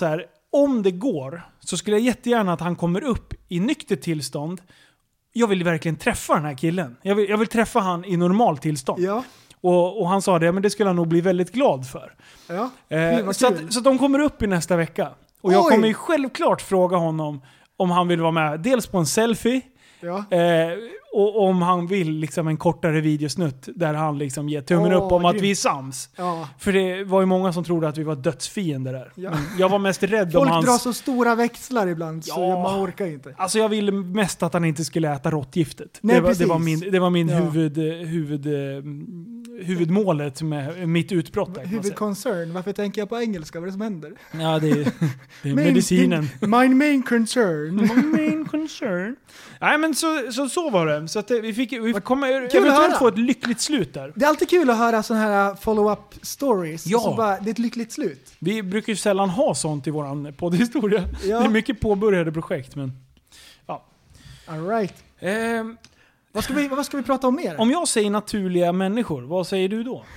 om det går så skulle jag jättegärna att han kommer upp i nyktert tillstånd. Jag vill verkligen träffa den här killen. Jag vill, jag vill träffa han i normal tillstånd. Ja. Och, och han sa det, men det skulle han nog bli väldigt glad för. Ja. Eh, Gud, så, att, så att de kommer upp i nästa vecka. Och jag Oj. kommer ju självklart fråga honom om han vill vara med. Dels på en selfie. Ja. Eh, och om han vill liksom en kortare videosnutt där han liksom ger tummen Åh, upp om att grymt. vi är sams. Ja. För det var ju många som trodde att vi var dödsfiender där. Ja. Men jag var mest rädd Folk om hans... drar så stora växlar ibland så Ja. man orkar inte. Alltså jag ville mest att han inte skulle äta råttgiftet. Nej, det, var, det precis. var min, det var min Ja. huvud, huvud, eh, huvudmålet med mitt utbrott. Där, kan man säga. Huvudconcern, varför tänker jag på engelska? Vad är det som händer? Ja, det är, det är Main- medicinen. My main concern. My main concern. Nej, men så, så, så var det. Så att det- vi fick vi kommer att eventuellt höra. få ett lyckligt slut där. Det är alltid kul att höra sådana här follow-up stories. Ja. Så bara, det är ett lyckligt slut. Vi brukar ju sällan ha sånt i våran poddhistoria. Ja. Det är mycket påbörjade projekt, men... All right. Ehm, Vad ska vi, vad ska vi prata om mer? om jag säger naturliga människor, vad säger du då?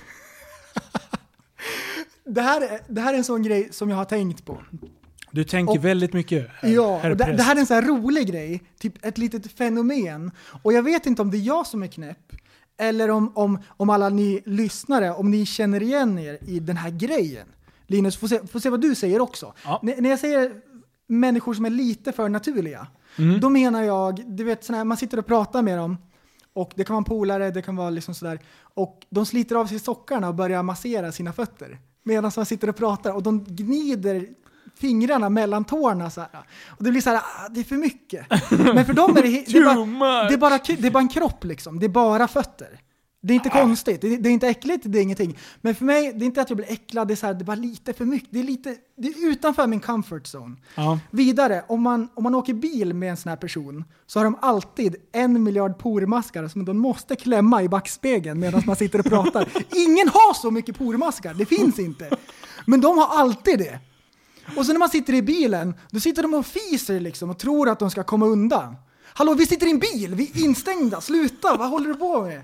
Det, här, är- det här är en sån grej som jag har tänkt på. Du tänker Och- väldigt mycket, herr, Ja, herr och det, präst. det här är en sån här rolig grej. Typ ett litet fenomen. Och jag vet inte om det är jag som är knäpp. Eller om, om, om alla ni lyssnare, om ni känner igen er i den här grejen. Linus, får se, får se vad du säger också. Ja. N- när jag säger människor som är lite för naturliga, Mm. då menar jag, du vet, sån här, man sitter och pratar med dem. Och det kan vara en polare, det kan vara liksom sådär. Och de sliter av sig sockarna och börjar massera sina fötter. Medan man sitter och pratar och de gnider fingrarna mellan tårna så här. Och det blir så här, ah, det är för mycket. Men för dem är det, det, är Too bara, much. det, är bara, det är bara en kropp liksom. Det är bara fötter. Det är inte konstigt, det är, det är inte äckligt, det är ingenting. Men för mig, det är inte att jag blir äcklad, det är, så här, det är bara lite för mycket. Det är, lite, det är utanför min comfort zone. Ja. Vidare, om man, om man åker bil med en sån här person så har de alltid en miljard pormaskar som de måste klämma i backspegeln medan man sitter och pratar. Ingen har så mycket pormaskar, det finns inte. Men de har alltid det. Och så när man sitter i bilen, då sitter de och fiser liksom och tror att de ska komma undan. Hallå, vi sitter i en bil, vi är instängda, sluta, vad håller du på med?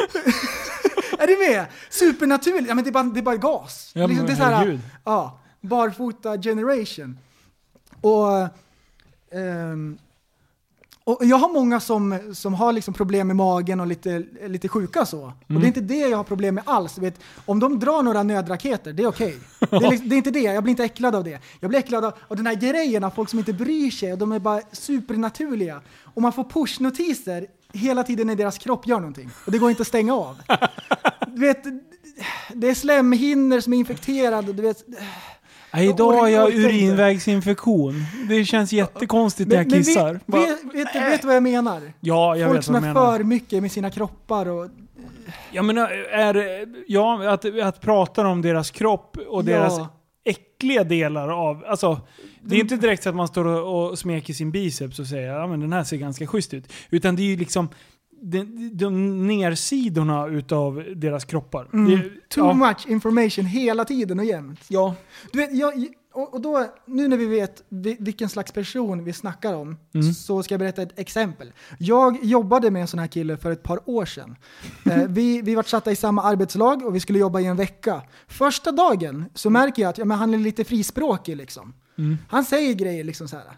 Är du med? Supernaturligt, ja men det är bara, det är bara gas. Ja, men det är så här, herregud. ja, barfota generation. Och, ehm, och jag har många som, som har liksom problem med magen och lite, lite sjuka så. Och det är inte det jag har problem med alls. Du vet, om de drar några nödraketer, det är okej. Det, är liksom, det är inte det, jag blir inte äcklad av det. Jag blir äcklad av, av den här grejen av folk som inte bryr sig och de är bara supernaturliga. Och man får pushnotiser hela tiden när deras kropp gör någonting. Och det går inte att stänga av. Du vet, det är slemhinnor som är infekterade. Du vet, Ja, idag har jag orkar inte. urinvägsinfektion. Det känns jättekonstigt när jag men kissar. vet, Bara- vet, vet, du vet vad jag menar? Ja, jag Folk vet som vad du är menar. för mycket med sina kroppar och... Jag menar, är, ja, att, att prata om deras kropp och Ja. deras äckliga delar av... Alltså, det är inte direkt så att man står och, och smeker sin biceps och säger ja men den här ser ganska schysst ut. Utan det är ju liksom de, de nersidorna utav deras kroppar. Mm. Det, Too ja, much information hela tiden och jämt. ja. Du vet, jag, och, och då, nu när vi vet vi- vilken slags person vi snackar om Mm. så ska jag berätta ett exempel. Jag jobbade med en sån här kille för ett par år sedan. eh, vi, vi var satta i samma arbetslag och vi skulle jobba i en vecka. Första dagen så märker jag att ja, men han är lite frispråkig liksom. Mm. Han säger grejer liksom så här.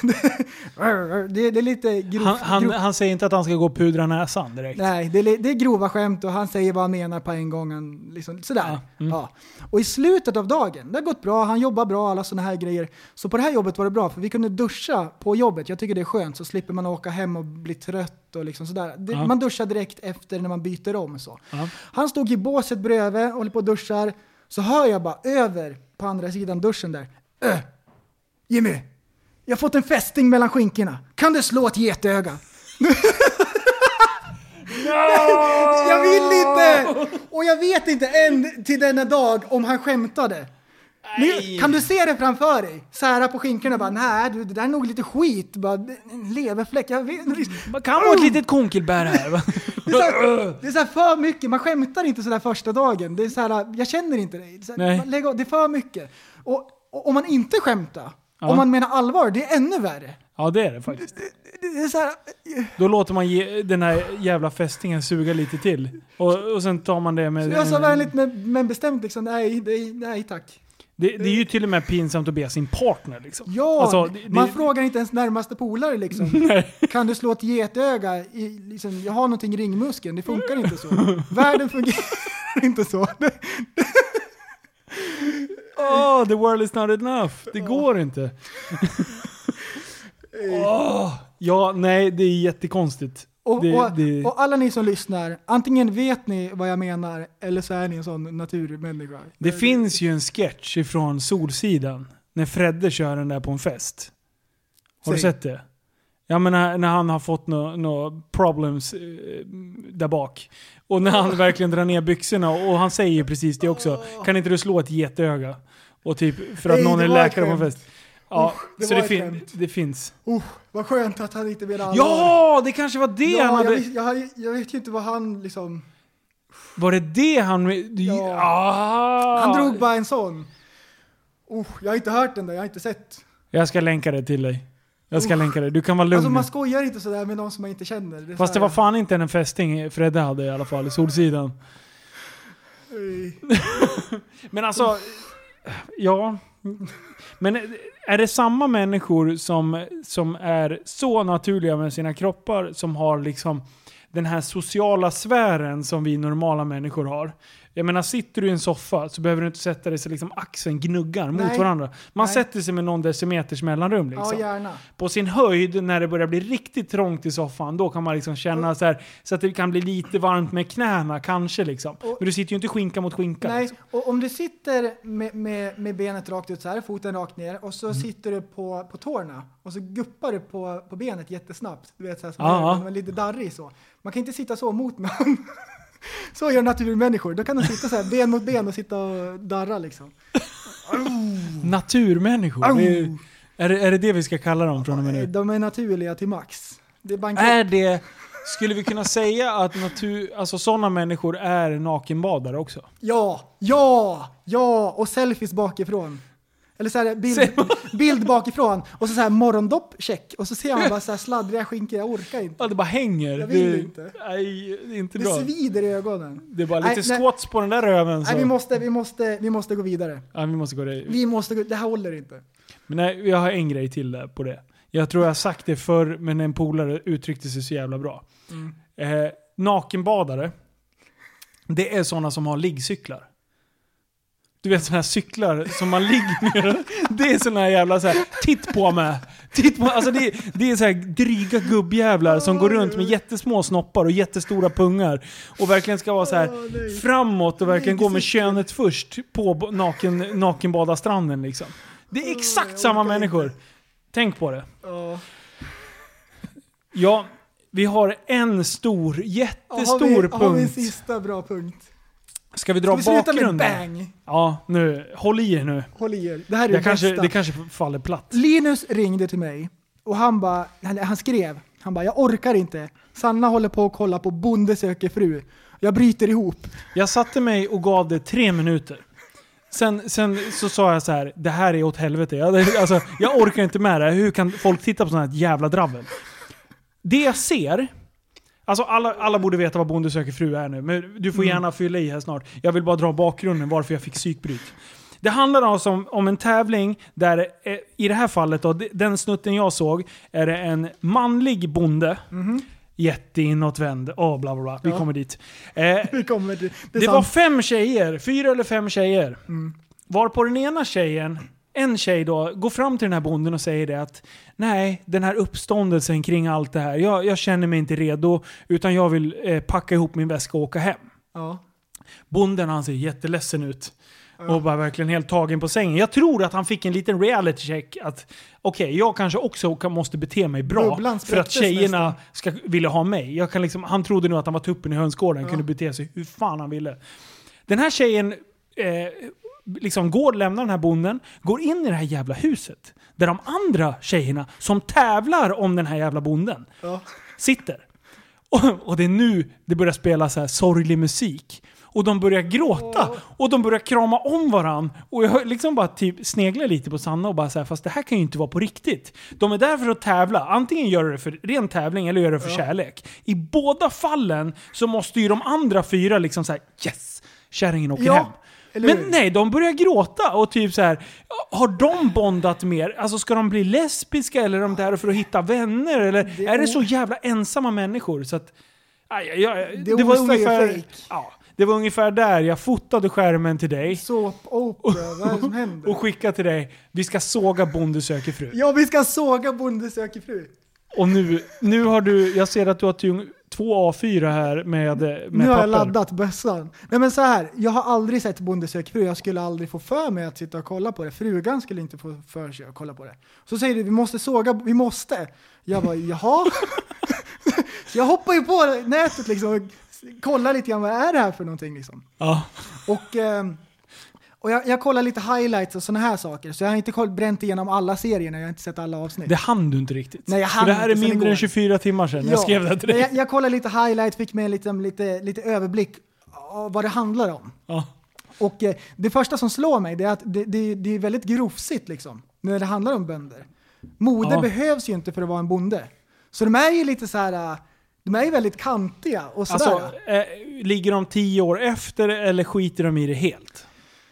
det, det är lite grovt. Han, han, grov- han säger inte att han ska gå och pudra näsan direkt. Nej, det är, li- det är grova skämt och han säger vad han menar på en gång. Han, liksom, sådär. Ja, mm. Ja. Och i slutet av dagen, det har gått bra, han jobbar bra, alla sådana här grejer. Så på det här jobbet var det bra, för vi kunde duscha på jobbet. Jag tycker det är skönt, så slipper man åka hem och bli trött och liksom sådär. Det, Ja. Man duschar direkt efter när man byter om. Så. Ja. Han stod i båset bredvid och håller på och duschar. Så hör jag bara över på andra sidan duschen där. Äh, Jimmy, jag har fått en fästing mellan skinkorna. Kan du slå ett getöga? Jag vill inte! Och jag vet inte än till denna dag om han skämtade. Men, kan du se det framför dig? Sära på skinkorna bara, nej du, det där är nog lite skit. Bara, en leverfläck. Jag vet, Man kan vara ett litet konkelbär här va? det, är så här, det är så här för mycket. Man skämtar inte så där första dagen. Det är så här, jag känner inte dig. Det är, så Nej. här, lägg av, det är för mycket. Och, och om man inte skämtar, Ja. om man menar allvar, det är ännu värre. Ja, det är det faktiskt. Det är så här, Då låter man ge, den här jävla fästingen suga lite till. Och, och sen tar man det med... så jag sa vänligt men, men bestämt liksom, nej, nej, nej tack. Det, det är ju till och med pinsamt att be sin partner liksom. Ja, alltså, det, man det, frågar inte ens närmaste polare liksom. Nej. Kan du slå ett getöga? I, liksom, jag har någonting i ringmuskeln, det funkar inte så. Världen fungerar inte så. Oh, the world is not enough. Det oh. går inte. oh. Ja, nej, det är jättekonstigt. Och, det, och, det... och alla ni som lyssnar, antingen vet ni vad jag menar eller så är ni en sån naturmänniska. Det finns ju en sketch ifrån Solsidan när Fredde kör den där på en fest. Har Säg. du sett det? Ja, men när, när han har fått några no problems eh, där bak. Och när han verkligen drar ner byxorna och han säger precis det också. Kan inte du slå ett getöga? Och typ för att Nej, någon är läkare på en fest. Ja, uh, det så det, fin- det finns. Uh, vad skönt att han inte vill allvar. Ja, det kanske var det ja, han hade... Jag vet, jag, jag vet ju inte vad han liksom... Var det det han... Ja. Ah. Han drog bara en sån. Uh, jag har inte hört den där, jag har inte sett. Jag ska länka det till dig. Jag ska uh. länka det. Du kan vara lugn. Alltså man skojar inte sådär med någon som man inte känner. Det Fast det var fan inte en fästing Fredde hade i alla fall i Solsidan. Men alltså... Ja... Men är det samma människor som, som är så naturliga med sina kroppar som har liksom den här sociala sfären som vi normala människor har? Jag menar, sitter du i en soffa så behöver du inte sätta dig så liksom axeln gnuggar mot Nej. varandra. Man Nej. sätter sig med någon decimeters mellanrum liksom. Ja, gärna. På sin höjd, när det börjar bli riktigt trångt i soffan, då kan man liksom känna så här, så att det kan bli lite varmt med knäna kanske liksom. Och, men du sitter ju inte skinka mot skinka. Nej, liksom. och om du sitter med, med, med benet rakt ut så här, foten rakt ner och så mm. sitter du på, på tårna och så guppar du på, på benet jättesnabbt. Du vet så här, som ja, är, man är lite darrig så. Man kan inte sitta så mot mig. Så gör naturmänniskor. Då kan de sitta så här ben mot ben och sitta och darra liksom. Naturmänniskor? Det är, är, det, är det det vi ska kalla dem från och med nu? De är naturliga till max. Det är, bara en är det, skulle vi kunna säga att natur, alltså sådana människor är nakenbadare också? Ja, ja, ja. Och selfies bakifrån. Eller så här bild, bild bakifrån. Och så, så här morgondopp, check. Och så ser man bara så här sladdriga skinkor. Jag orkar inte. Ja, det bara hänger. Jag vill det, inte. Nej, det är inte det bra. Det svider i ögonen. Det är bara lite nej, squats nej. på den där röven. Så. Nej, vi måste, vi, måste, vi måste gå vidare. Ja, vi måste gå det. Vi måste gå, det här håller inte. Men nej, jag har en grej till där på det. Jag tror jag har sagt det förr, men en polare uttryckte sig så jävla bra. Mm. Eh, nakenbadare, det är sådana som har liggcyklar. Du vet sådana här cyklar som man ligger med. Det är sådana här jävla så här, titt på mig. Titt på, alltså det, det är så här dryga gubbjävlar som går runt med jättesmå snoppar och jättestora pungar. Och verkligen ska vara så här framåt och verkligen gå med könet först på naken, nakenbadastranden liksom. Det är exakt samma människor. Tänk på det. Ja, vi har en stor, jättestor har vi, punkt. Har vi en sista bra punkt? Ska vi dra Ska vi bakgrunden? Bang? Ja, nu. Håll i er nu. Håll i er. Det här är det det kanske, bästa. det kanske faller platt. Linus ringde till mig och han bara, han, han skrev, han bara, jag orkar inte. Sanna håller på att kolla på Bonde söker fru. Jag bryter ihop. Jag satte mig och gav det tre minuter. Sen, sen så sa jag så här, det här är åt helvete. Jag, alltså, jag orkar inte med det. Hur kan folk titta på sådana här jävla dravel? Det jag ser... Alltså alla, alla borde veta vad Bonde söker fru är nu. Men du får gärna fylla i här snart. Jag vill bara dra bakgrunden varför jag fick psykbryt. Det handlar alltså om, om en tävling där eh, i det här fallet då, den snutten jag såg är det en manlig bonde. Mm-hmm. Jätteinåtvänd. Åh, oh, bla bla bla. Vi ja. kommer dit. Eh, Vi kommer dit. Det, det var fem tjejer. Fyra eller fem tjejer. Mm. Var på den ena tjejen, en tjej då, går fram till den här bonden och säger det att nej, den här uppståndelsen kring allt det här. Jag, jag känner mig inte redo utan jag vill eh, packa ihop min väska och åka hem. Ja. Bonden, han ser jätteledsen ut. Ja. Och bara verkligen helt tagen på sängen. Jag tror att han fick en liten reality check att okej, okay, jag kanske också måste bete mig bra för att tjejerna nästan ska vilja ha mig. Jag kan liksom, han trodde nog att han var tuppen i hönsgården. Ja. Kunde bete sig hur fan han ville. Den här tjejen eh, liksom går, lämnar den här bonden, går in i det här jävla huset där de andra tjejerna som tävlar om den här jävla bonden ja. sitter. Och, och det är nu det börjar spela så här sorglig musik. Och de börjar gråta. Oh. Och de börjar krama om varann. Och jag liksom bara typ sneglar lite på Sanna och bara så här, fast det här kan ju inte vara på riktigt. De är där för att tävla. Antingen gör det för ren tävling eller gör det för ja. kärlek. I båda fallen så måste ju de andra fyra liksom så här, yes, kärringen åker ja. hem. Eller Men hur? nej, de börjar gråta och typ så här. Har de bondat mer? Alltså ska de bli lesbiska eller är de där för att hitta vänner? Eller Det är det o- så jävla ensamma människor? Så att, aj, aj, aj, Det det, var osar ju ungefär, fake. ja, det var ungefär där jag fotade skärmen till dig Soap opera, vad är det som händer? och skickade till dig. Vi ska såga Bonde söker fru. Ja, vi ska såga Bonde söker fru. Och nu, nu har du, jag ser att du har tung, två A fyra här med, med Nu har papper. jag laddat bössan. Nej men så här, jag har aldrig sett Bonde söker fru. Jag skulle aldrig få för mig att sitta och kolla på det. Frugan skulle inte få för sig att kolla på det. Så säger du, vi måste såga, vi måste. Jag bara, jaha? Så jag hoppar ju på nätet liksom och kollar lite grann, vad är det här för någonting liksom. Ja. Och, ehm, och jag, jag kollar lite highlights och såna här saker. Så jag har inte koll, bränt igenom alla serierna, jag har inte sett alla avsnitt. Det hann du inte riktigt. Nej, jag För hann det här är inte sen mindre än igår. tjugofyra timmar sedan. Jag skrev det till men dig. jag, jag kollar lite highlights, fick med lite, lite, lite överblick av vad det handlar om. Ja. Och eh, det första som slår mig det är att det, det, det är väldigt grovsigt liksom, när det handlar om bönder. Mode Ja. behövs ju inte för att vara en bonde. Så de är ju lite så här, äh, de är ju väldigt kantiga och sådär. Alltså, eh, ligger de tio år efter eller skiter de i det helt?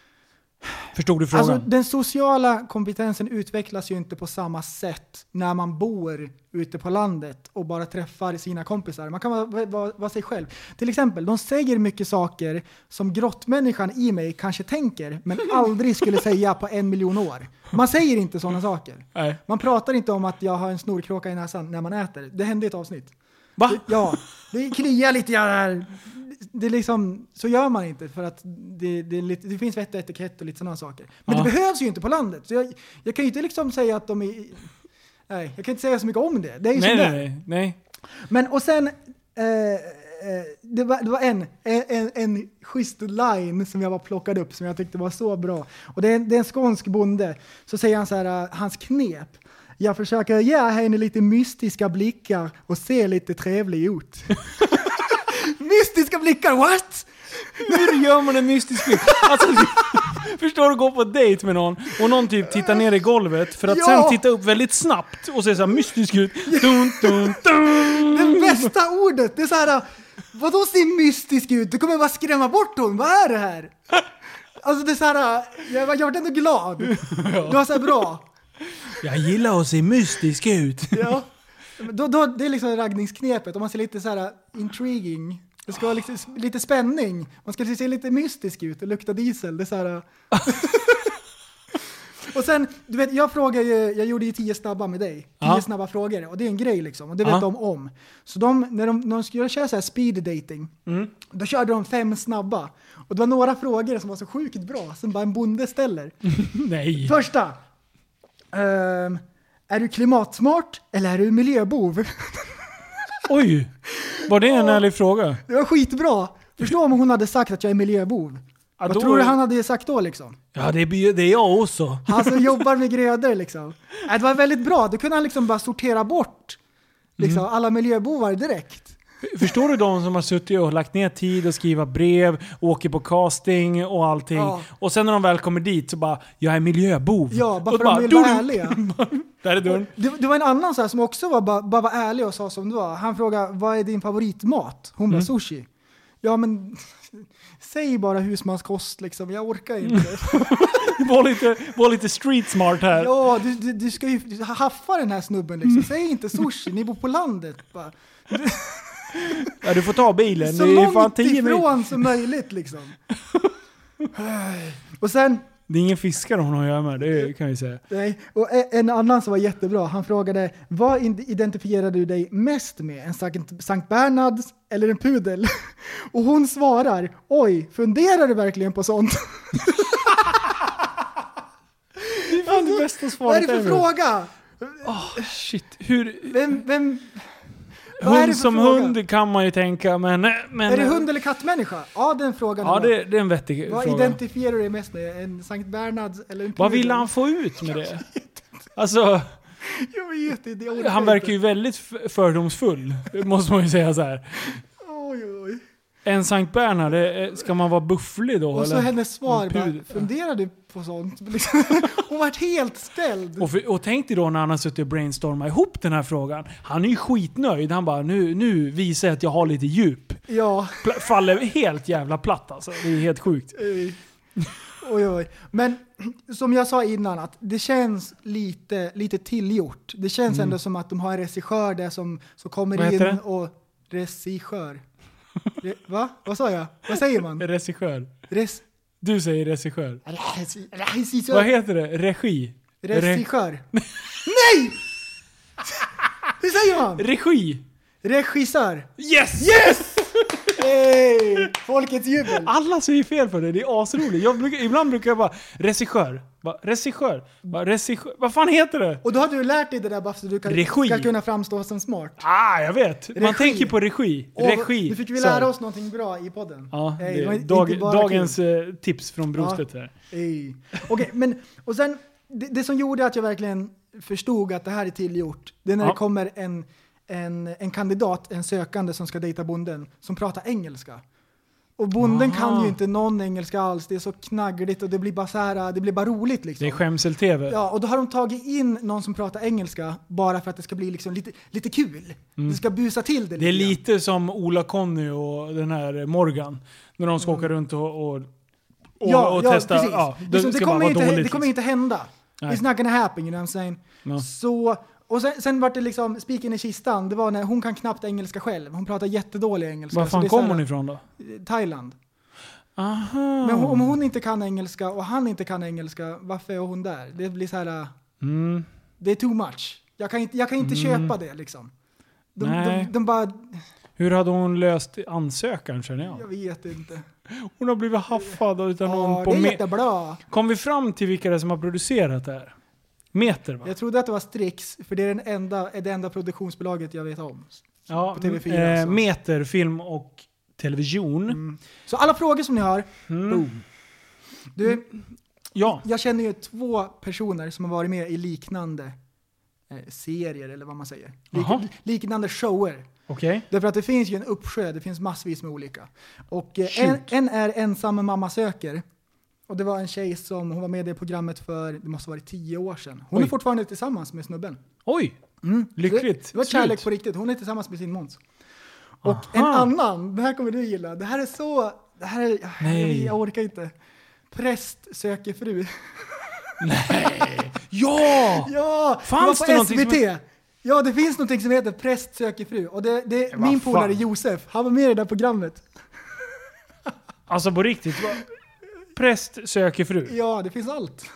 Förstod du frågan? Alltså, den sociala kompetensen utvecklas ju inte på samma sätt när man bor ute på landet och bara träffar sina kompisar. Man kan vara, vara, vara sig själv. Till exempel, de säger mycket saker som grottmänniskan i mig kanske tänker, men aldrig skulle säga på en miljon år. Man säger inte sådana saker. Nej. Man pratar inte om att jag har en snorkråka i näsan när man äter. Det hände i ett avsnitt. Va? Det, ja, det kliar lite grann här. Det är liksom, så gör man inte för att det, det, är lite, det finns vett och etikett och lite sådana saker. Men Ja. det behövs ju inte på landet. Så jag, jag kan ju inte liksom säga att de är... Nej, jag kan inte säga så mycket om det. Det är ju Nej, så nej, där. nej, nej. Men och sen... Eh, eh, det, var, det var en, en, en schysst line som jag var plockad upp som jag tyckte var så bra. Och det är, det är en skånsk bonde. Så säger han så här, uh, hans knep. Jag försöker ge henne lite mystiska blickar och se lite trevlig ut. Mystiska blickar, what? Hur gör man en mystisk blick? Alltså, förstår du, gå på dejt med någon och någon typ tittar ner i golvet för att Ja. sen titta upp väldigt snabbt och se så här mystisk ut. Dun, dun, dun. Det bästa ordet, det är så här, vadå ser mystisk ut? Du kommer bara skrämma bort hon, vad är det här? Alltså det är så här, jag var, jag var ändå glad. Det var så här bra. Jag gillar att se mystisk ut. Ja. Då, då, det är liksom raggningsknepet, om man ser lite så här intriguing. Det ska vara lite, lite spänning. Man ska se lite mystisk ut och lukta diesel. Det är så här. Och sen, du vet, jag frågade ju, jag gjorde ju tio snabba med dig. Tio Ja. snabba frågor. Och det är en grej liksom. Och det vet Ja. de om. Så de, när de, när de skulle köra så här speed dating, Mm. då körde de fem snabba. Och det var några frågor som var så sjukt bra, som bara en bonde ställer. Nej. Första. Ehm, är du klimatsmart eller är du miljöbov? Oj. Var det en ärlig fråga? Det var skitbra. Förstå om hon hade sagt att jag är miljöbov. Ja, Vad då- tror du han hade sagt då liksom? Ja, det är, det är jag också. Han som jobbar med grödor liksom. Äh, det var väldigt bra. Då kunde han liksom bara sortera bort liksom, Mm. alla miljöbovar direkt. Förstår du de som har suttit och lagt ner tid och skriva brev, åker på casting och allting. Ja. Och sen när de väl kommer dit så bara, jag är miljöbov. Ja, bara och för att de vill du, vara du. ärliga. Där är dörren. Det, det var en annan så här, som också var, bara, bara var ärlig och sa som det var. Han frågade, vad är din favoritmat? Hon bara, Mm. sushi. Ja men, säg bara husmanskost liksom. Jag orkar inte. Var lite, var lite street smart här. Ja, du, du, du ska ju haffa den här snubben liksom. Säg inte sushi, ni bor på landet. Bara. Ja, du får ta bilen. Så det är fan långt tio mil. ifrån som möjligt liksom. Och sen, Det är ingen fiskare hon har att göra med, det kan jag ju säga. nej, och en- en annan som var jättebra, han frågade, vad in- identifierar du dig mest med? En Sankt, Sankt Bernards eller en pudel? Och hon svarar, oj, funderar du verkligen på sånt? Det är fan det bästa Vad är svaret det för ever. fråga? Oh, shit. Hur... Vem, vem, vad är det Hund för som fråga? hund kan man ju tänka, men... men Är det hund eller kattmänniska? Ja, den frågan. Ja, var. det, det är en vettig Vad fråga. identifierar du dig mest med? En Sankt Bernards eller en pudel? Vad vill han få ut med det? Alltså, Jag vet inte, jag orkar han verkar inte. ju väldigt f- fördomsfull, måste man ju säga så här. Oj, oj. En Sankt Bernhard, eh, ska man vara bufflig då? Och så eller? hennes svar, En bara, pudel. funderar du på sånt? Liksom. Hon var helt ställd. Och, för, och tänk dig då när han har suttit och brainstormat ihop den här frågan. Han är ju skitnöjd. Han bara, nu, nu visar jag att jag har lite djup. Ja. Pla- faller helt jävla platt alltså. Det är helt sjukt. eh, Oj, oj. Men som jag sa innan, att det känns lite, lite tillgjort. Det känns mm. ändå som att de har en regissör där som, som kommer Vad in heter det? och... Regissör. Re, va? Vad sa jag? Vad säger man? Regissör. Res, Du säger regissör. regissör. Vad heter det? Regi? Regissör. Nej! Hur säger man? Regi. Regissör. Yes! Yes! Hey, folkets jubel. Alla säger fel för det, det är asroligt. Jag brukar, ibland brukar jag bara, regissör. Bara, regissör. Bara, regissör. Vad fan heter det? Och då har du lärt dig det där bara så du kan, regi. ska kunna framstå som smart. Ah, jag vet. Man Regi. tänker på regi. Och Regi. nu fick vi lära oss någonting bra i podden. Ja, Hey, det det var är inte dag, bara dagens kul. eh, tips från brostet Ja. här. Hey. Okej, okay, men och sen det, det som gjorde att jag verkligen förstod att det här är tillgjort, det är när Ja. det kommer en, en, en kandidat, en sökande som ska dejta bonden, som pratar engelska. Och bonden Aha. kan ju inte någon engelska alls, det är så knaggligt och det blir bara så här, det blir bara roligt liksom. Det är skämsel-tv. Ja, och då har de tagit in någon som pratar engelska bara för att det ska bli liksom lite, lite kul. Mm. Det ska busa till det Det är lite grann. lite som Ola-Conny och den här Morgan. När de ska åka runt och, och, och, Ja, och ja, testa. precis. Ja, det, liksom, det, ska kommer bara inte, vara dåligt. det kommer liksom. inte hända. Nej. It's not gonna happen, you know what I'm saying? Ja. Så, och sen, sen var det liksom, spiken i kistan, det var när hon kan knappt engelska själv. Hon pratar jättedålig engelska. Var så fan det är kom så här- hon ifrån då? Thailand. Aha. Men hon, om hon inte kan engelska och han inte kan engelska, varför är hon där? Det blir så här, Mm. det är too much. Jag kan inte, jag kan inte Mm. köpa det liksom. De, Nej. de, de bara, Hur hade hon löst ansökan, känner jag? jag vet inte. Hon har blivit haffad utan någon Ja, på det är me- jättebra. Kom vi fram till vilka det är som har producerat det här? Meter, va? Jag trodde att det var Strix, för det är den enda, är det enda produktionsbolaget jag vet om. Ja, på T V fyra eh, alltså. Meter, film och television. Mm. Så alla frågor som ni har, Mm. boom. Du, Ja. jag känner ju två personer som har varit med i liknande eh, serier, eller vad man säger. Jaha. Lik, liknande shower. Okej. Därför att det finns ju en uppsjö, det finns massvis med olika. Och eh, en, Shoot. en är Ensam mamma söker. Och det var en tjej som, hon var med i det programmet för, det måste ha varit tio år sedan. Hon Oj. är fortfarande tillsammans med snubben. Oj! Mm. Lyckligt. Det, det var Slut. kärlek på riktigt, hon är tillsammans med sin Måns. Och Aha. en annan, det här kommer du gilla, det här är så, det här är, Nej. jag orkar inte. Präst söker fru. Nej! Ja! Ja, Fanns det det var på någonting S V T. som- Ja, det finns någonting som heter Präst söker fru. Och det, det är Vad min fan? polare Josef, han var med i det där programmet. Alltså på riktigt. Va? Präst söker fru. Ja, det finns allt.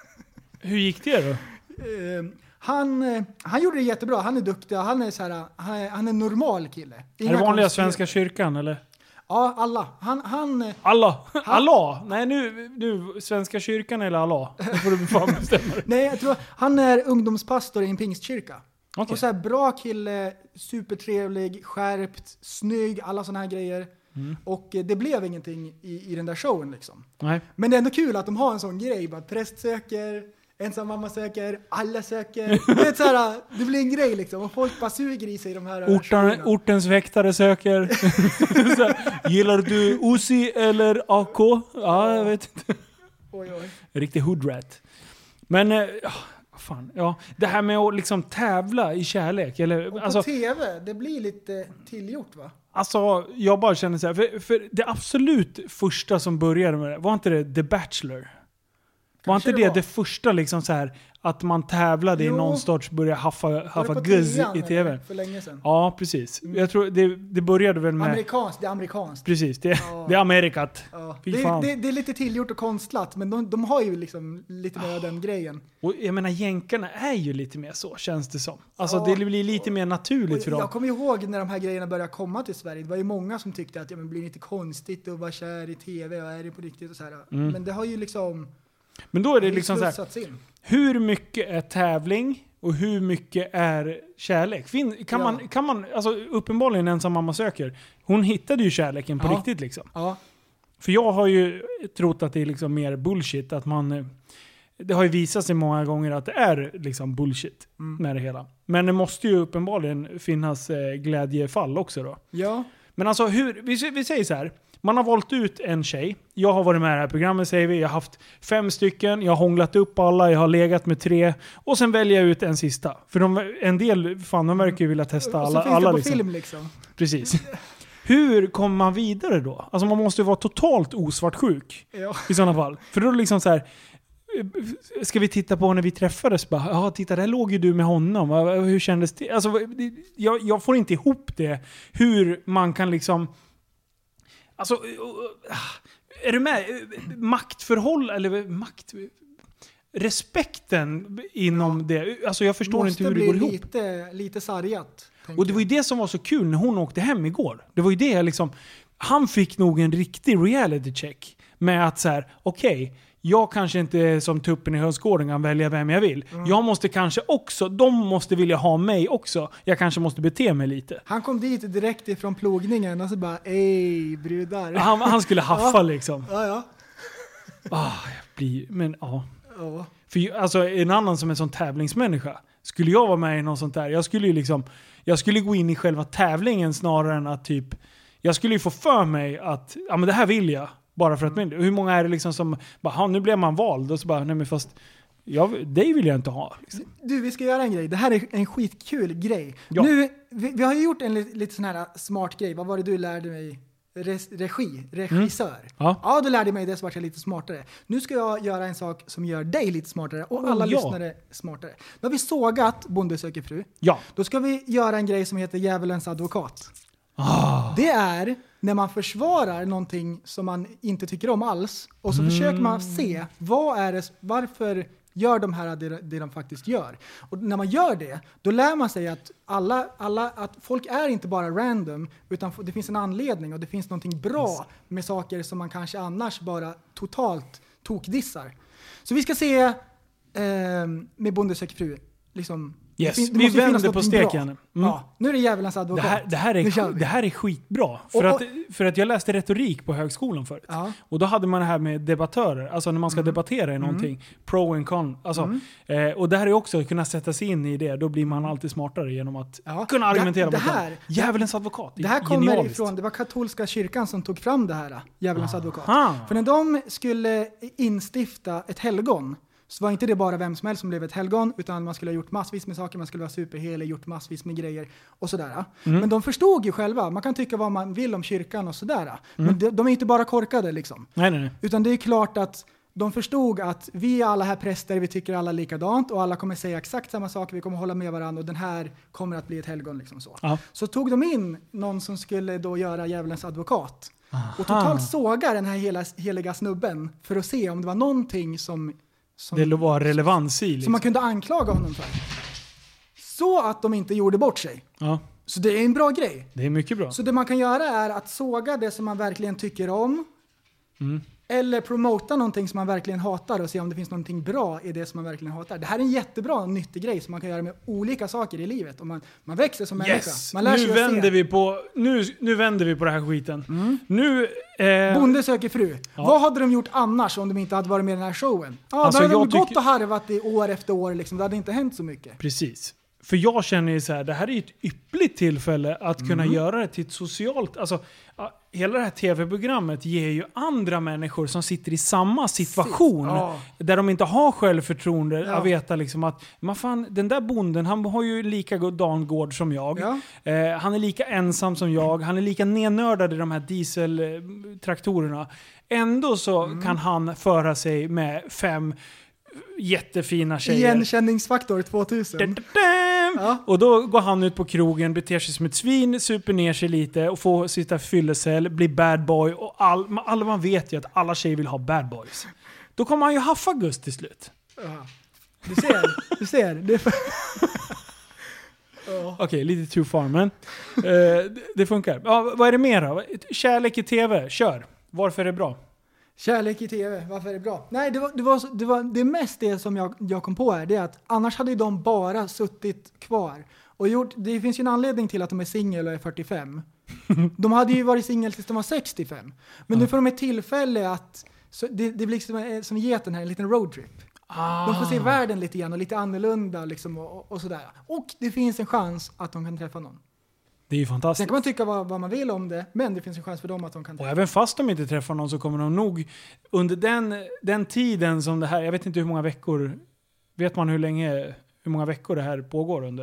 Hur gick det då? Eh, han, eh, han gjorde det jättebra, han är duktig, han är, så här, han är, han är en normal kille. Är Inga det vanliga konstigheter. Svenska kyrkan eller? Ja, alla. Han, han, eh, Allah! Allah! Nej nu, nu Svenska kyrkan eller Allah? Det får du fan bestämma dig. nej, jag tror han är ungdomspastor i en pingstkyrka. Okej. Och så här, bra kille, supertrevlig, skärpt, snygg, alla såna här grejer. Mm. Och eh, det blev ingenting i, i den där showen liksom. Nej. Men det är ändå kul att de har en sån grej, bara präst söker, ensam mamma söker, alla söker. Du vet, så här, det blir en grej liksom, och folk bara suger i sig de här Orten, showerna. ortens väktare söker. Så här, gillar du Uzi eller A K? Ja, jag vet inte. Oj, oj. Riktig hoodrat. Men, eh, ja, vad fan. Ja, det här med att liksom tävla i kärlek. Eller, Och på alltså, tv, det blir lite tillgjort va? alltså, jag bara känner så här. För, för det absolut första som började med det, var inte det The Bachelor? Var Kanske inte det det var. det första liksom så här att man tävlade Jo. i någon sorts börja haffa, Var det haffa på guzz trean, i eller? tv? För länge sedan. Ja, precis. Jag tror det, det började väl med... Amerikanskt, det är amerikanskt. Precis, det, Ja. det är Amerikat. Ja. Fy Det, fan. det, det är lite tillgjort och konstlat, men de, de har ju liksom lite mer av den grejen. Och jag menar, jänkarna är ju lite mer så, känns det som. Alltså Ja. det blir lite mer naturligt Och för dem. jag kommer ihåg när de här grejerna började komma till Sverige. Det var ju många som tyckte att ja, men blir det inte konstigt att vara kär i tv och är det på riktigt och så här. Mm. Men det har ju liksom Men då är det det liksom så här, slussats in. hur mycket är tävling och hur mycket är kärlek? Fin, kan, Ja. man, kan man, alltså uppenbarligen ensam mamma söker. Hon hittade ju kärleken på Ja. riktigt liksom. Ja, För jag har ju trott att det är liksom mer bullshit. Att man, eh, det har ju visat sig många gånger att det är liksom bullshit Mm. med det hela. Men det måste ju uppenbarligen finnas eh, glädjefall också då. ja. Men alltså, hur, vi, vi säger så här. Man har valt ut en tjej. Jag har varit med i det här programmet, säger vi. Jag har haft fem stycken. Jag har hånglat upp alla. Jag har legat med tre. Och sen väljer jag ut en sista. För de, en del, fan, de verkar ju vilja testa Och alla. så finns alla det på liksom. film liksom. Precis. hur kommer man vidare då? Alltså man måste ju vara totalt osvartsjuk Ja. i sådana fall. För då liksom så här, ska vi titta på när vi träffades? Bara, ja, titta, där låg ju du med honom. Hur kändes det? Alltså, jag, jag får inte ihop det. Hur man kan liksom... Alltså, är du med? Maktförhåll eller makt... Respekten inom det. Alltså jag förstår Måste inte hur det går ihop. lite, lite sargat. Och det var ju det som var så kul när hon åkte hem igår. Det var ju det liksom... Han fick nog en riktig reality check. Med att så här, okej... Okay, jag kanske inte är som tuppen i hönsgården kan välja vem jag vill. Mm. Jag måste kanske också, de måste vilja ha mig också. Jag kanske måste bete mig lite. Han kom dit direkt ifrån plogningen och så bara, ej brudar. Han, han skulle haffa ja. liksom. Ja, ja. Ah, jag blir, men ja. ja. För alltså en annan som är en sån tävlingsmänniska. Skulle jag vara med i något sånt där, jag skulle ju liksom, jag skulle gå in i själva tävlingen snarare än att typ, jag skulle ju få för mig att, ja men det här vill jag. Bara för att, men hur många är det liksom som bara, nu blev man vald och så bara, nej men fast jag, det vill jag inte ha. Liksom. Du, vi ska göra en grej. Det här är en skitkul grej. Ja. Nu, vi, vi har ju gjort en lite, lite sån här smart grej. Vad var det du lärde mig? Res, regi, regissör. Mm. Ja. ja, du lärde mig det så vart jag lite smartare. Nu ska jag göra en sak som gör dig lite smartare och Oh, alla ja. lyssnare smartare. Då har vi sågat Bonde söker fru. Ja. Då ska vi göra en grej som heter Djävulens advokat. Ah. Det är när man försvarar någonting som man inte tycker om alls och så mm. försöker man se vad är det, varför gör de här det, det de faktiskt gör. Och när man gör det, då lär man sig att alla, alla att folk är inte bara random, utan det finns en anledning och det finns någonting bra med saker som man kanske annars bara totalt tokdissar. Så vi ska se eh, med Bonde söker fru liksom. Yes, det, det vi vänder på steken. Mm. Ja, nu är det Djävulens advokat. Det här, det här, är, det här är skitbra. För, och, och, att, för att jag läste retorik på högskolan förut. Ja. Och då hade man det här med debattörer. Alltså när man ska mm. debattera i någonting. Mm. Pro and con. Alltså, mm. eh, och det här är också att kunna sätta sig in i det. Då blir man alltid smartare genom att ja. kunna argumentera. Det, det här, Djävulens advokat. Det här kommer genialiskt. Ifrån, det var katolska kyrkan som tog fram det här. Djävulens Aha. advokat. För när de skulle instifta ett helgon, så var inte det bara vem som helst som blev ett helgon, utan man skulle ha gjort massvis med saker, man skulle vara superhelig, gjort massvis med grejer och sådär. Mm. Men de förstod ju själva, man kan tycka vad man vill om kyrkan och sådär. Mm. Men de, de är inte bara korkade liksom. Nej, nej, nej. Utan det är klart att de förstod att vi är alla här präster, vi tycker alla likadant och alla kommer säga exakt samma saker, vi kommer hålla med varandra och den här kommer att bli ett helgon liksom så. Ja. Så tog de in någon som skulle då göra djävulens advokat. Aha. Och totalt såga den här hela, heliga snubben för att se om det var någonting som Som, det var relevans i. Liksom. Som man kunde anklaga honom för. Så att de inte gjorde bort sig. Ja. Så det är en bra grej. Det är mycket bra. Så det man kan göra är att såga det som man verkligen tycker om. Mm. Eller promota någonting som man verkligen hatar och se om det finns någonting bra i det som man verkligen hatar. Det här är en jättebra nyttig grej som man kan göra med olika saker i livet. Och man, man växer som människa. Yes. Man lär sig nu, vänder vi på, nu, nu vänder vi på den här skiten. Mm. Nu, eh... Bonde söker fru. Ja. Vad hade de gjort annars om de inte hade varit med i den här showen? Ja, alltså, då hade de gått tycker... och harvat i år efter år. Liksom. Det hade inte hänt så mycket. Precis. För jag känner ju så här, det här är ju ett yppligt tillfälle att kunna mm. göra det till ett socialt... Alltså, hela det här tv-programmet ger ju andra människor som sitter i samma situation ja. där de inte har självförtroende ja. att veta liksom att man fan, den där bonden, han har ju lika god gård som jag. Ja. Eh, han är lika ensam som jag. Han är lika nednördad i de här dieseltraktorerna. Ändå så mm. kan han föra sig med fem jättefina tjejer. Igenkänningsfaktor tvåtusen. Ja. Och då går han ut på krogen, beter sig som ett svin, super ner sig lite och får sitta fyllecell, bli bad boy. Och all, alla man vet ju att alla tjejer vill ha bad boys. Då kommer han ju haffa Gust till slut. Ja. Du ser, du ser. Det är för... oh. Okej, okay, lite too far, men uh, det, det funkar. Ja, vad är det mer då? Kärlek i tv, kör. Varför är det bra? Kärlek i tv, varför är det bra? Nej, det var, det var, det var det mest det som jag, jag kom på här. Det är att annars hade de bara suttit kvar. Och gjort, det finns ju en anledning till att de är singel och är fyrtiofem. De hade ju varit singel tills de var sextiofem. Men mm. nu får de ett tillfälle att... Så det, det blir liksom som geten här, en liten roadtrip. Ah. De får se världen lite grann och lite annorlunda liksom och, och sådär. Och det finns en chans att de kan träffa någon. Det är ju fantastiskt. Sen kan man tycka vad, vad man vill om det, men det finns en chans för dem att de kan träffa. Och även fast de inte träffar någon så kommer de nog under den, den tiden som det här, jag vet inte hur många veckor, vet man hur länge, hur många veckor det här pågår under?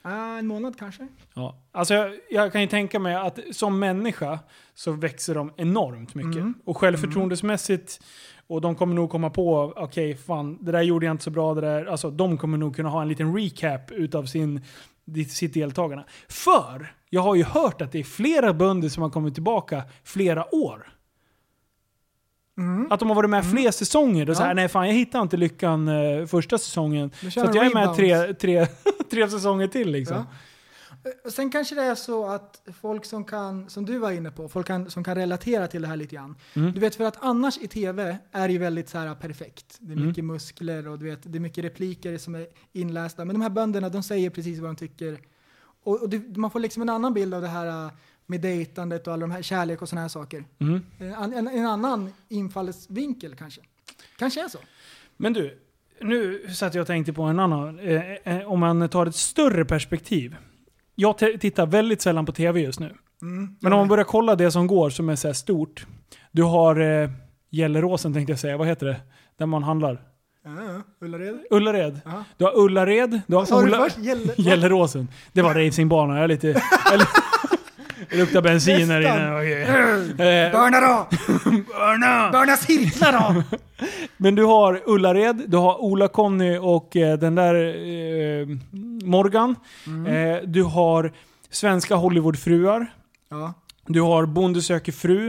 Ah, en månad kanske. Ja. Alltså jag, jag kan ju tänka mig att som människa så växer de enormt mycket. Mm. Och självförtroendesmässigt, och de kommer nog komma på, okej okay, fan, det där gjorde jag inte så bra, det där. Alltså de kommer nog kunna ha en liten recap utav sin, sitt deltagarna. För jag har ju hört att det är flera bönder som har kommit tillbaka flera år. Mm. Att de har varit med mm. fler säsonger. Och så här, ja. nej fan, jag hittar inte lyckan uh, första säsongen. Så att jag är med tre, tre, tre säsonger till liksom. Ja. Sen kanske det är så att folk som kan, som du var inne på, folk kan, som kan relatera till det här lite grann. Mm. Du vet, för att annars i tv är det ju väldigt så här perfekt. Det är mycket mm. muskler och du vet, det är mycket repliker som är inlästa. Men de här bönderna, de säger precis vad de tycker. Och, och det, man får liksom en annan bild av det här med dejtandet och alla de här kärlek och såna här saker. Mm. En, en, en annan infallsvinkel kanske. Kanske är så. Men du, nu satt jag och tänkte på en annan. Eh, om man tar ett större perspektiv. Jag t- tittar väldigt sällan på tv just nu. Mm, Men om man börjar kolla det som går som är så här stort. Du har eh, Gelleråsen tänkte jag säga. Vad heter det? Där man handlar. Ja, Ullared. Ullared. Uh-huh. Du har Ullared. Du har Ola- Gäller- Gelleråsen. Det var racingbana. Jag är lite... eller, det luktar bensin här inne. Okay. Börna då! Börna! Börna cirklar då! Men du har Ullared, du har Ola Conny och eh, den där eh, Morgan. Mm. Eh, du har Svenska Hollywoodfruar. Ja. Du har Bonde söker fru.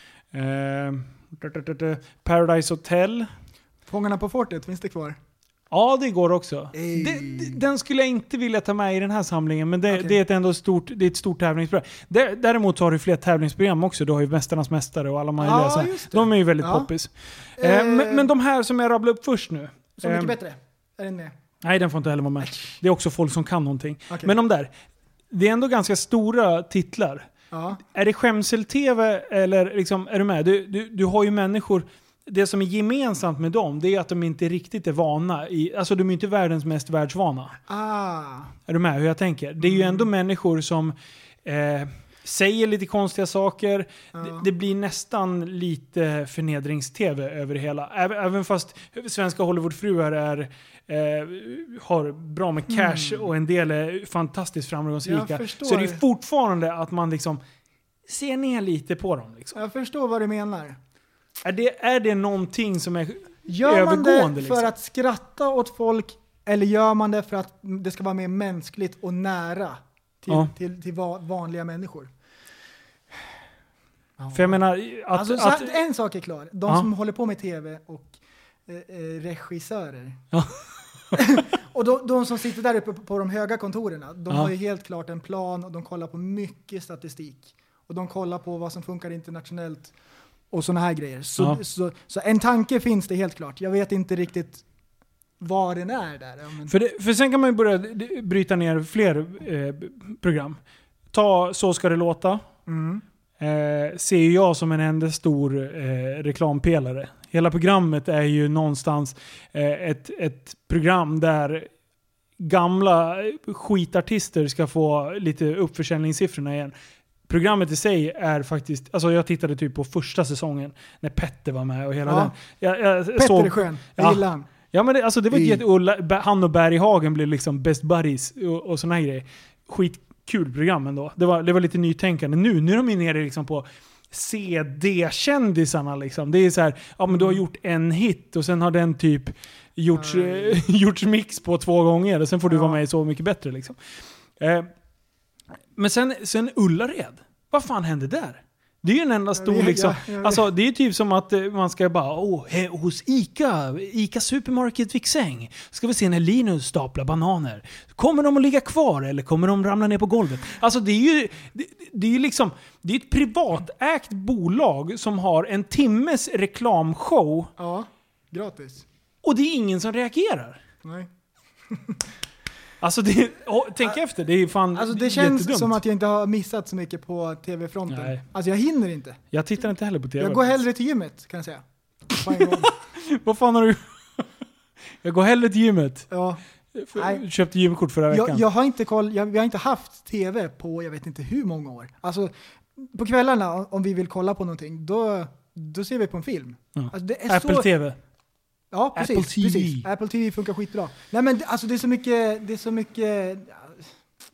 Eh, Paradise Hotel. Fångarna på fortet, finns det kvar? Ja, det går också. Det, den skulle jag inte vilja ta med i den här samlingen, men det, okay. det är ett ändå stort, det är ett stort tävlingsprogram. Däremot har du fler tävlingsprogram också. Du har ju Mästarnas mästare och alla möjliga. Ja, de är ju väldigt ja. poppis. Eh, eh, men, men de här som jag rabblade upp först nu. Så mycket eh, bättre. Är den med? Nej, den får inte heller vara med. Det är också folk som kan någonting. Okay. Men de där, det är ändå ganska stora titlar. Ja. Är det skämsel-tv eller liksom, är du med? Du, du, du har ju människor... Det som är gemensamt med dem, det är att de inte riktigt är vana i, alltså de är inte världens mest världsvana. Ah. Är du med hur jag tänker? Det är ju ändå människor som eh, säger lite konstiga saker. Ah. Det, det blir nästan lite förnedrings-tv över det hela. Även fast svenska Hollywoodfruar är eh, har bra med cash mm. och en del är fantastiskt framgångsrika. Så det är fortfarande att man liksom ser ner lite på dem. Liksom. Jag förstår vad du menar. Är det, är det någonting som är gör övergående? Gör man det liksom? för att skratta åt folk eller gör man det för att det ska vara mer mänskligt och nära till, ja. till, till, till vanliga människor? Ja. För jag menar att, alltså, att, att en sak är klar. De ja. som håller på med tv och eh, regissörer. Ja. och de, de som sitter där uppe på, på de höga kontoren, de ja. har ju helt klart en plan och de kollar på mycket statistik. Och de kollar på vad som funkar internationellt. Och såna här grejer. Så, ja. så, så en tanke finns det helt klart. Jag vet inte riktigt vad den är där. Ja, men... för, det, för sen kan man ju börja bryta ner fler eh, program. Ta Så ska det låta. Mm. Eh, ser jag som en enda stor eh, reklampelare. Hela programmet är ju någonstans eh, ett, ett program där gamla skitartister ska få lite uppförsäljningssiffrorna igen. Programmet i sig är faktiskt... Alltså jag tittade typ på första säsongen när Petter var med och hela ja. den. Jag, jag Petter såg, är skön. Jag ja. gillar han. Ja, men det, alltså det var jätte... Och han och Berghagen blev liksom best buddies och, och såna här grejer. Skitkul program ändå. Det var, det var lite nytänkande. Nu, nu är de ju nere liksom på C D-kändisarna liksom. Det är så här, ja men du har gjort en hit och sen har den typ gjorts, eh, gjorts mix på två gånger och sen får du ja. vara med i Så mycket bättre liksom. Eh, Men sen, sen Ullared. Vad fan hände där? Det är ju en enda stor liksom. Ja, ja, ja. Alltså det är typ som att man ska bara åh, he, hos Ica, Ica Supermarket Viksäng ska vi se när Linus staplar bananer. Kommer de att ligga kvar eller kommer de ramla ner på golvet? Alltså det är ju det, det är ju liksom det är ett privatägt bolag som har en timmes reklamshow. Ja, gratis. Och det är ingen som reagerar. Nej. Alltså det, oh, tänk ah, efter, det är fan alltså det känns jättedumt. Som att jag inte har missat så mycket på tv-fronten. Nej. Alltså jag hinner inte. Jag tittar inte heller på tv. Jag går hellre till gymmet, kan jag säga. Vad fan har du? Jag går hellre till gymmet. Ja. Jag köpte gymkort förra veckan. Jag, jag har inte koll, jag, jag har inte haft tv på jag vet inte hur många år. Alltså på kvällarna om vi vill kolla på någonting, då, då ser vi på en film. Ja. Alltså, det är Apple så... T V. Ja, precis, Apple T V. precis. Apple T V funkar skitbra. Nej men alltså det är så mycket det är så mycket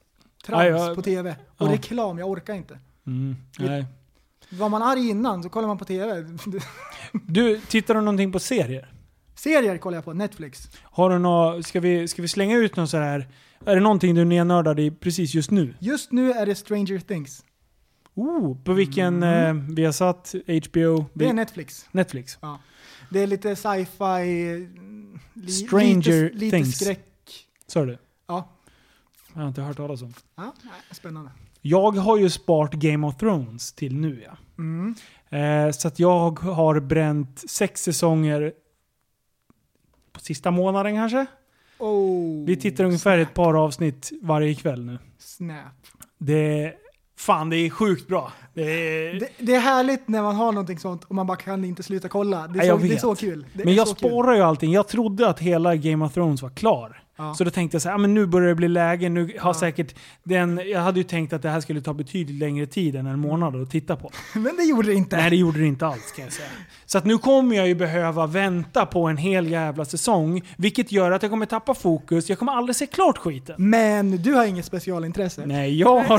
trams Ja, ja. på tv. Och Ja. reklam, jag orkar inte. Mm, nej. Var man arg innan så kollar man på tv. Du, tittar du någonting på serier? Serier kollar jag på, Netflix. Har du nå, ska, vi, ska vi slänga ut någon så här? Är det någonting du är nernördad i precis just nu? Just nu är det Stranger Things. Oh, på vilken Mm. eh, vi har satt H B O? Det är Netflix. Netflix. Ja. Det är lite sci-fi, li, Stranger lite, lite Things. skräck. Så du? Ja. Jag har inte hört talas om. Ja, nej, spännande. Jag har ju sparat Game of Thrones till nu, ja. Mm. Eh, så att jag har bränt sex säsonger på sista månaden kanske. Oh, Vi tittar ungefär ett par avsnitt varje kväll nu. Snap. Det fan, det är sjukt bra. Det är, Det, det är härligt när man har någonting sånt och man bara kan inte sluta kolla. Det är, Nej, jag så, det är vet. så kul. Det men är jag så kul. spårar ju allting. Jag trodde att hela Game of Thrones var klar. Ja. Så då tänkte jag så här, ah, men nu börjar det bli läge. Nu har Ja. säkert den, jag hade ju tänkt att det här skulle ta betydligt längre tid än en månad att titta på. Men det gjorde det inte. Nej, det gjorde det inte alls, kan jag säga. Så att nu kommer jag ju behöva vänta på en hel jävla säsong. Vilket gör att jag kommer tappa fokus. Jag kommer aldrig se klart skiten. Men du har inget specialintresse. Nej, jag har...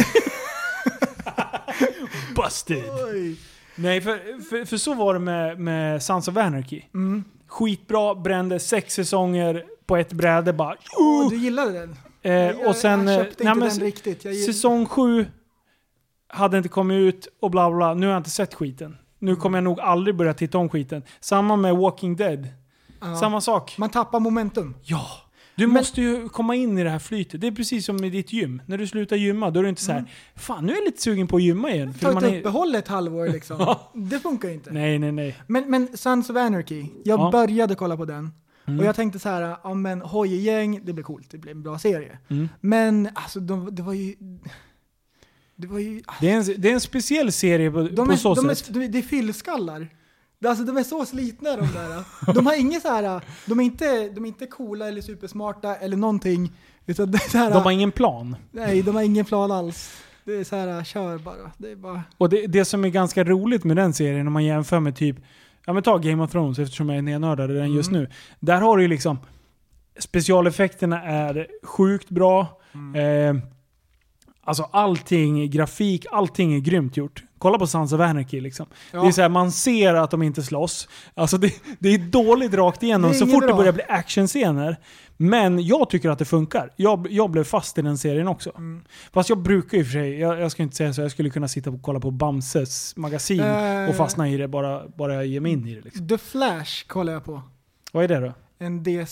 Busted! Oj. Nej, för, för, för så var det med, med Sons of Anarchy. Mm. Skitbra, brände sex säsonger på ett bräde bara. Åh, du gillade den? Eh, Jag- och sen, jag eh, köpte nej, inte men den s- riktigt. Jag gill- säsong sju hade inte kommit ut och bla bla. Nu har jag inte sett skiten. Nu Mm. kommer jag nog aldrig börja titta om skiten. Samma med Walking Dead. Ja. Samma sak. Man tappar momentum. Ja. Du måste ju komma in i det här flytet. Det är precis som i ditt gym. När du slutar gymma, då är du inte så här. Fan, nu är jag lite sugen på att gymma igen. För Ta man ett är... uppehåll ett halvår liksom. Ja. Det funkar inte. Nej, nej, nej. Men, men Sons of Anarchy, jag Ja. började kolla på den. Mm. Och jag tänkte så här, ja men hojgäng, det blir coolt, det blir en bra serie. Mm. Men alltså de, det var ju... Det var ju... Det, är en, det är en speciell serie på, De på är, så de sätt. är, de är, det är fyllskallar. Alltså de är så slitna de där. De har inget så här, de är inte, de är inte coola eller supersmarta eller någonting. Utan det är så här, De har ingen plan. nej, de har ingen plan alls. Det är så här, kör bara. Det är bara... Och det, det som är ganska roligt med den serien, om man jämför med typ, ja men ta Game of Thrones eftersom jag är nednördad i den just Mm. nu. Där har du ju liksom, specialeffekterna är sjukt bra. Mm. Eh, alltså allting, grafik, allting är grymt gjort. Kolla på Sons of Anarchy liksom. Ja. Det är så här, man ser att de inte slåss. Alltså det, det är dåligt rakt igenom Det är så inget fort det bra. börjar bli actionscener. Men jag tycker att det funkar. Jag, jag blev fast i den serien också. Mm. Fast jag brukar ju för sig, jag, jag ska inte säga så, jag skulle kunna sitta och kolla på Bamses magasin Eh. och fastna i det bara, bara jag ger mig in i det. Liksom. The Flash kollar jag på. Vad är det då? En D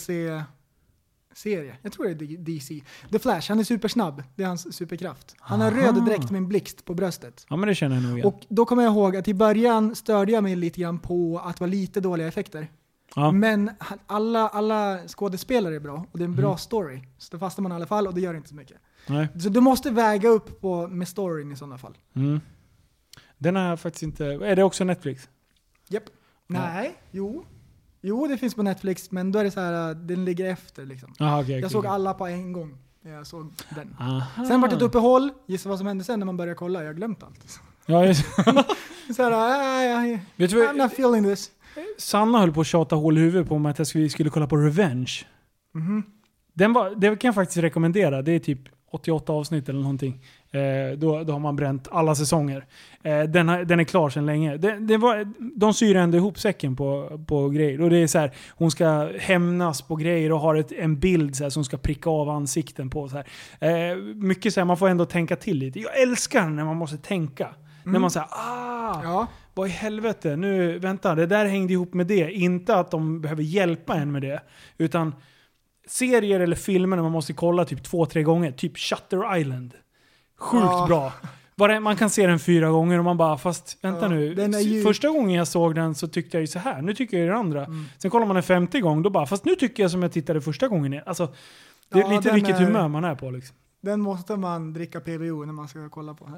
C-serie. Jag tror det är D C. The Flash, han är supersnabb. Det är hans superkraft. Han har Aha. röd dräkt med en blixt på bröstet. Ja men det känner jag nog igen. Och då kommer jag ihåg att i början störde jag mig lite grann på att det var lite dåliga effekter. ja. Men han- alla, alla skådespelare är bra och det är en bra Mm. story. Så då fastnar man i alla fall och det gör inte så mycket. Nej. Så du måste väga upp på, med storyn i sådana fall. Mm. Den har jag faktiskt inte... Är det också Netflix? Japp. Nej, jo. Jo, det finns på Netflix, men då är det så här, uh, den ligger efter liksom. Aha, okay, Jag okay, såg okay. alla på en gång. Jag såg den. Aha. Sen var det ett uppehåll. Gissa vad som hände sen när man började kolla. Jag har glömt allt. Ja, just. Så här, uh, Vet du I'm vad? not feeling this. Sanna höll på att tjata hål i huvudet på mig att jag skulle, skulle kolla på Revenge. Mhm. Den var, det kan jag faktiskt rekommendera. Det är typ åttioåtta avsnitt eller någonting. Eh, då, då har man bränt alla säsonger. Eh, den, har, den är klar sedan länge. Det, det var, de syr ändå ihop säcken på, på grejer. Och det är så här, hon ska hämnas på grejer och har ett, en bild så här, som ska pricka av ansikten på. Så här. Eh, mycket så här, man får ändå tänka till lite. Jag älskar när man måste tänka. När man säger ah, Ja. vad i helvete, nu, vänta, det där hängde ihop med det. Inte att de behöver hjälpa en med det. Utan serier eller filmer när man måste kolla typ två, tre gånger. Typ Shutter Island. Sjukt Ja. bra. Bara, man kan se den fyra gånger och man bara, fast vänta Ja, nu. den är ju- Första gången jag såg den så tyckte jag ju så här. Nu tycker jag ju det andra. Mm. Sen kollar man en femte gång, då bara, fast nu tycker jag som jag tittade första gången. Alltså, det är Ja, lite den vilket är- humör man är på liksom. Den måste man dricka P V O när man ska kolla på.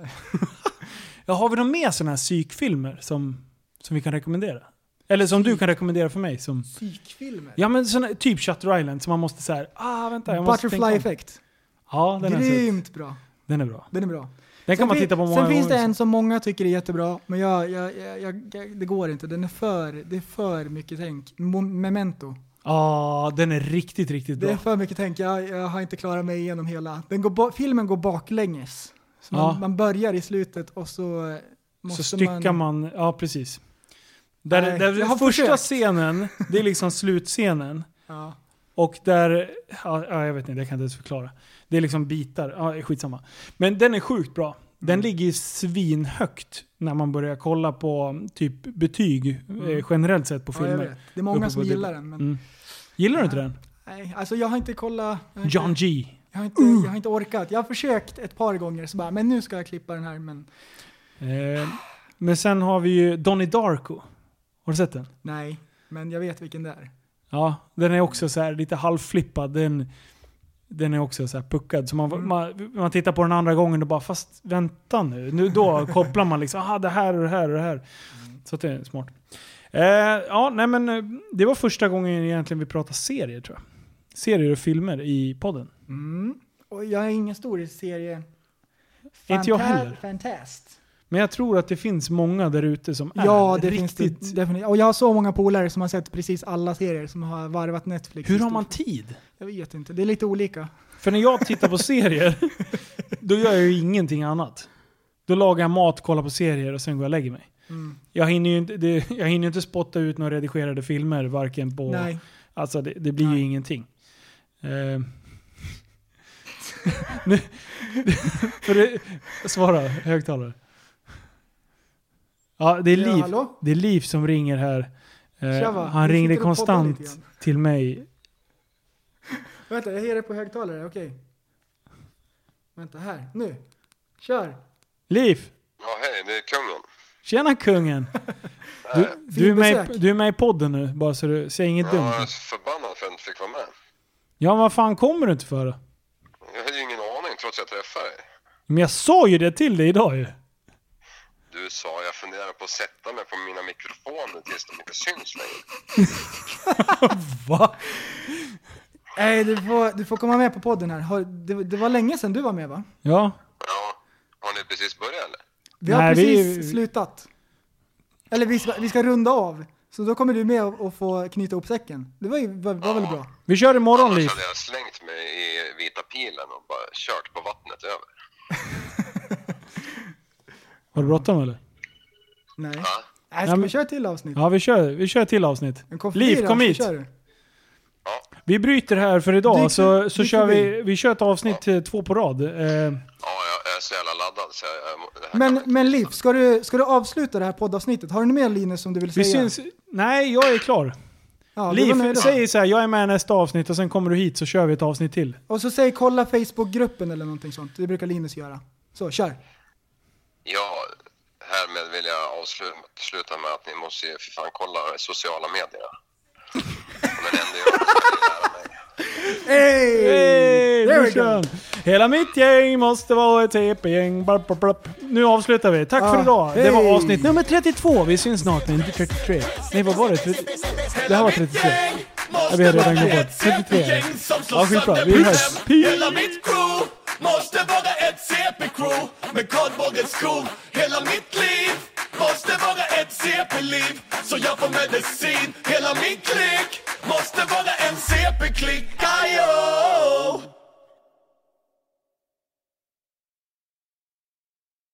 Ja, har vi någon mer sådana här psykfilmer som, som vi kan rekommendera? Eller som du kan rekommendera för mig? Som, Psykfilmer. ja, men såna, typ Shutter Island, som man måste säga, ah vänta, jag måste Butterfly tänka om. Effect. Ja, den är, sett. Grymt bra. Den är bra. Den är bra. Den kan Sen man fin- titta på många Sen gånger. finns det en som många tycker är jättebra, men jag, jag, jag, jag, jag, det går inte. Den är för, det är för mycket tänk. Mo- Memento. Ja, den är riktigt, riktigt bra. Det är för mycket tänk. Jag, jag har inte klarat mig igenom hela. Den går ba- filmen går baklänges. Så Ja. man, man börjar i slutet och så måste Så styckar man... man... Ja, precis. Där, Nej, där jag har första försökt. scenen, det är liksom slutscenen. Ja. Och Och där... Ja, jag vet inte, jag kan inte ens förklara. Det är liksom bitar. Ja, skitsamma. Men den är sjukt bra. Den Mm. ligger svinhögt när man börjar kolla på typ betyg eh, generellt sett på Ja, jag filmer. vet. Det är många Uppe som på gillar det. den. Men Mm. Gillar du inte den? nej, alltså jag har inte kollat. Jag har inte, John G. Jag har, inte, jag har inte orkat. Jag har försökt ett par gånger så bara, men nu ska jag klippa den här. Men Eh, men sen har vi ju Donnie Darko. Har du sett den? nej, men jag vet vilken det är. Ja, den är också så här lite halvflippad. Den, den är också så här puckad. Så man, Mm. man, man tittar på den andra gången och bara, fast vänta nu. nu då kopplar man liksom, aha, det här och det här och det här. Mm. Så att det är smart. Eh, ja, nej men eh, det var första gången egentligen vi pratade serier tror jag. Serier och filmer i podden. Mm. Och jag är ingen stor serie. Inte jag heller. Fantast. Men jag tror att det finns många där ute som Ja, är det riktigt... finns det definitivt. Och jag har så många polare som har sett precis alla serier som har varvat Netflix. Hur har man tid? Jag vet inte, det är lite olika. För när jag tittar på serier, då gör jag ju ingenting annat. Då lagar jag mat, kollar på serier och sen går jag och lägger mig. Mm. Jag hinner ju inte, det, jag hinner inte spotta ut några redigerade filmer, varken på... Nej. Alltså det, det blir Nej. ju ingenting. Eh, nu, för det, svara, högtalare. Ja, det är Ja, Liv. hallå? Det är Liv som ringer här. Eh, Tja, va? han Vi ringde sitter och poddar konstant lite grann. till mig. Vänta, jag är på högtalare, okej. Vänta, här, nu. Kör. Liv! Ja, hej, det är kungen. Tjena kungen! Du, du, är med, besök. du är med i podden nu, bara så du säger inget Jag är dumt. så förbannad för att jag inte fick vara med. Ja, vad fan kommer du inte för då? Jag hade ju ingen aning trots att jag träffade dig. Men jag sa ju det till dig idag ju. Du sa jag funderar på att sätta mig på mina mikrofoner tills de inte syns längre. Va? Nej, du får, du får komma med på podden här. Har, det, det var länge sedan du var med, va? Ja. Ja, har ni precis börjat eller? Vi har Nej, precis vi- slutat. Eller vi ska, vi ska runda av. Så då kommer du med och, och få knyta ihop säcken. Det var, ju, var, var väl bra? Vi kör imorgon, Annars Liv. hade jag slängt mig i vita pilen och bara kört på vattnet över. Har du bråttom eller? Nej. Ja, Nej, ska Ja, men- vi köra ett till avsnitt? Ja, vi kör, vi kör ett till avsnitt. En koffein Liv, då, kom så hit. kör du. ja, Vi bryter här för idag, Dyk- så, så dyk kör vi, förbi. vi kör ett avsnitt eh, två på rad. Eh, ja, jag är så jävla laddad så jag, jag, det här kan Men, man inte- men Liv, ska du, ska du avsluta det här poddavsnittet? Har du något mer, Linus, som du vill vi säga? syns... Nej, jag är klar. Ja, du var Liv, nöjd då. säg så här, jag är med i nästa avsnitt och sen kommer du hit så kör vi ett avsnitt till. Och så säg kolla Facebookgruppen eller någonting sånt. Det brukar Linus göra. Så, kör. Ja, härmed vill jag avsluta med att ni måste ju för fan kolla sociala medier. Men ändå jag ska lära mig. Hey! Hej, There we brorsan! go. Hela mitt gäng måste vara ett T P-gäng. Blap, blap, blap. Nu avslutar vi. Tack Ah, för idag. Det var hej. avsnitt nummer trettiotvå. Vi syns snart med trettiotre. Nej, vad var det? trettio Det här var trettiotre. Ja, vi har redan gått bort. trettiotre. Ja, skitbra. Vi hörs. Hela mitt crew måste vara ett C P-crew med kardborrens skor. Hela mitt liv måste vara ett C P-liv så jag får medicin. Hela min klick måste vara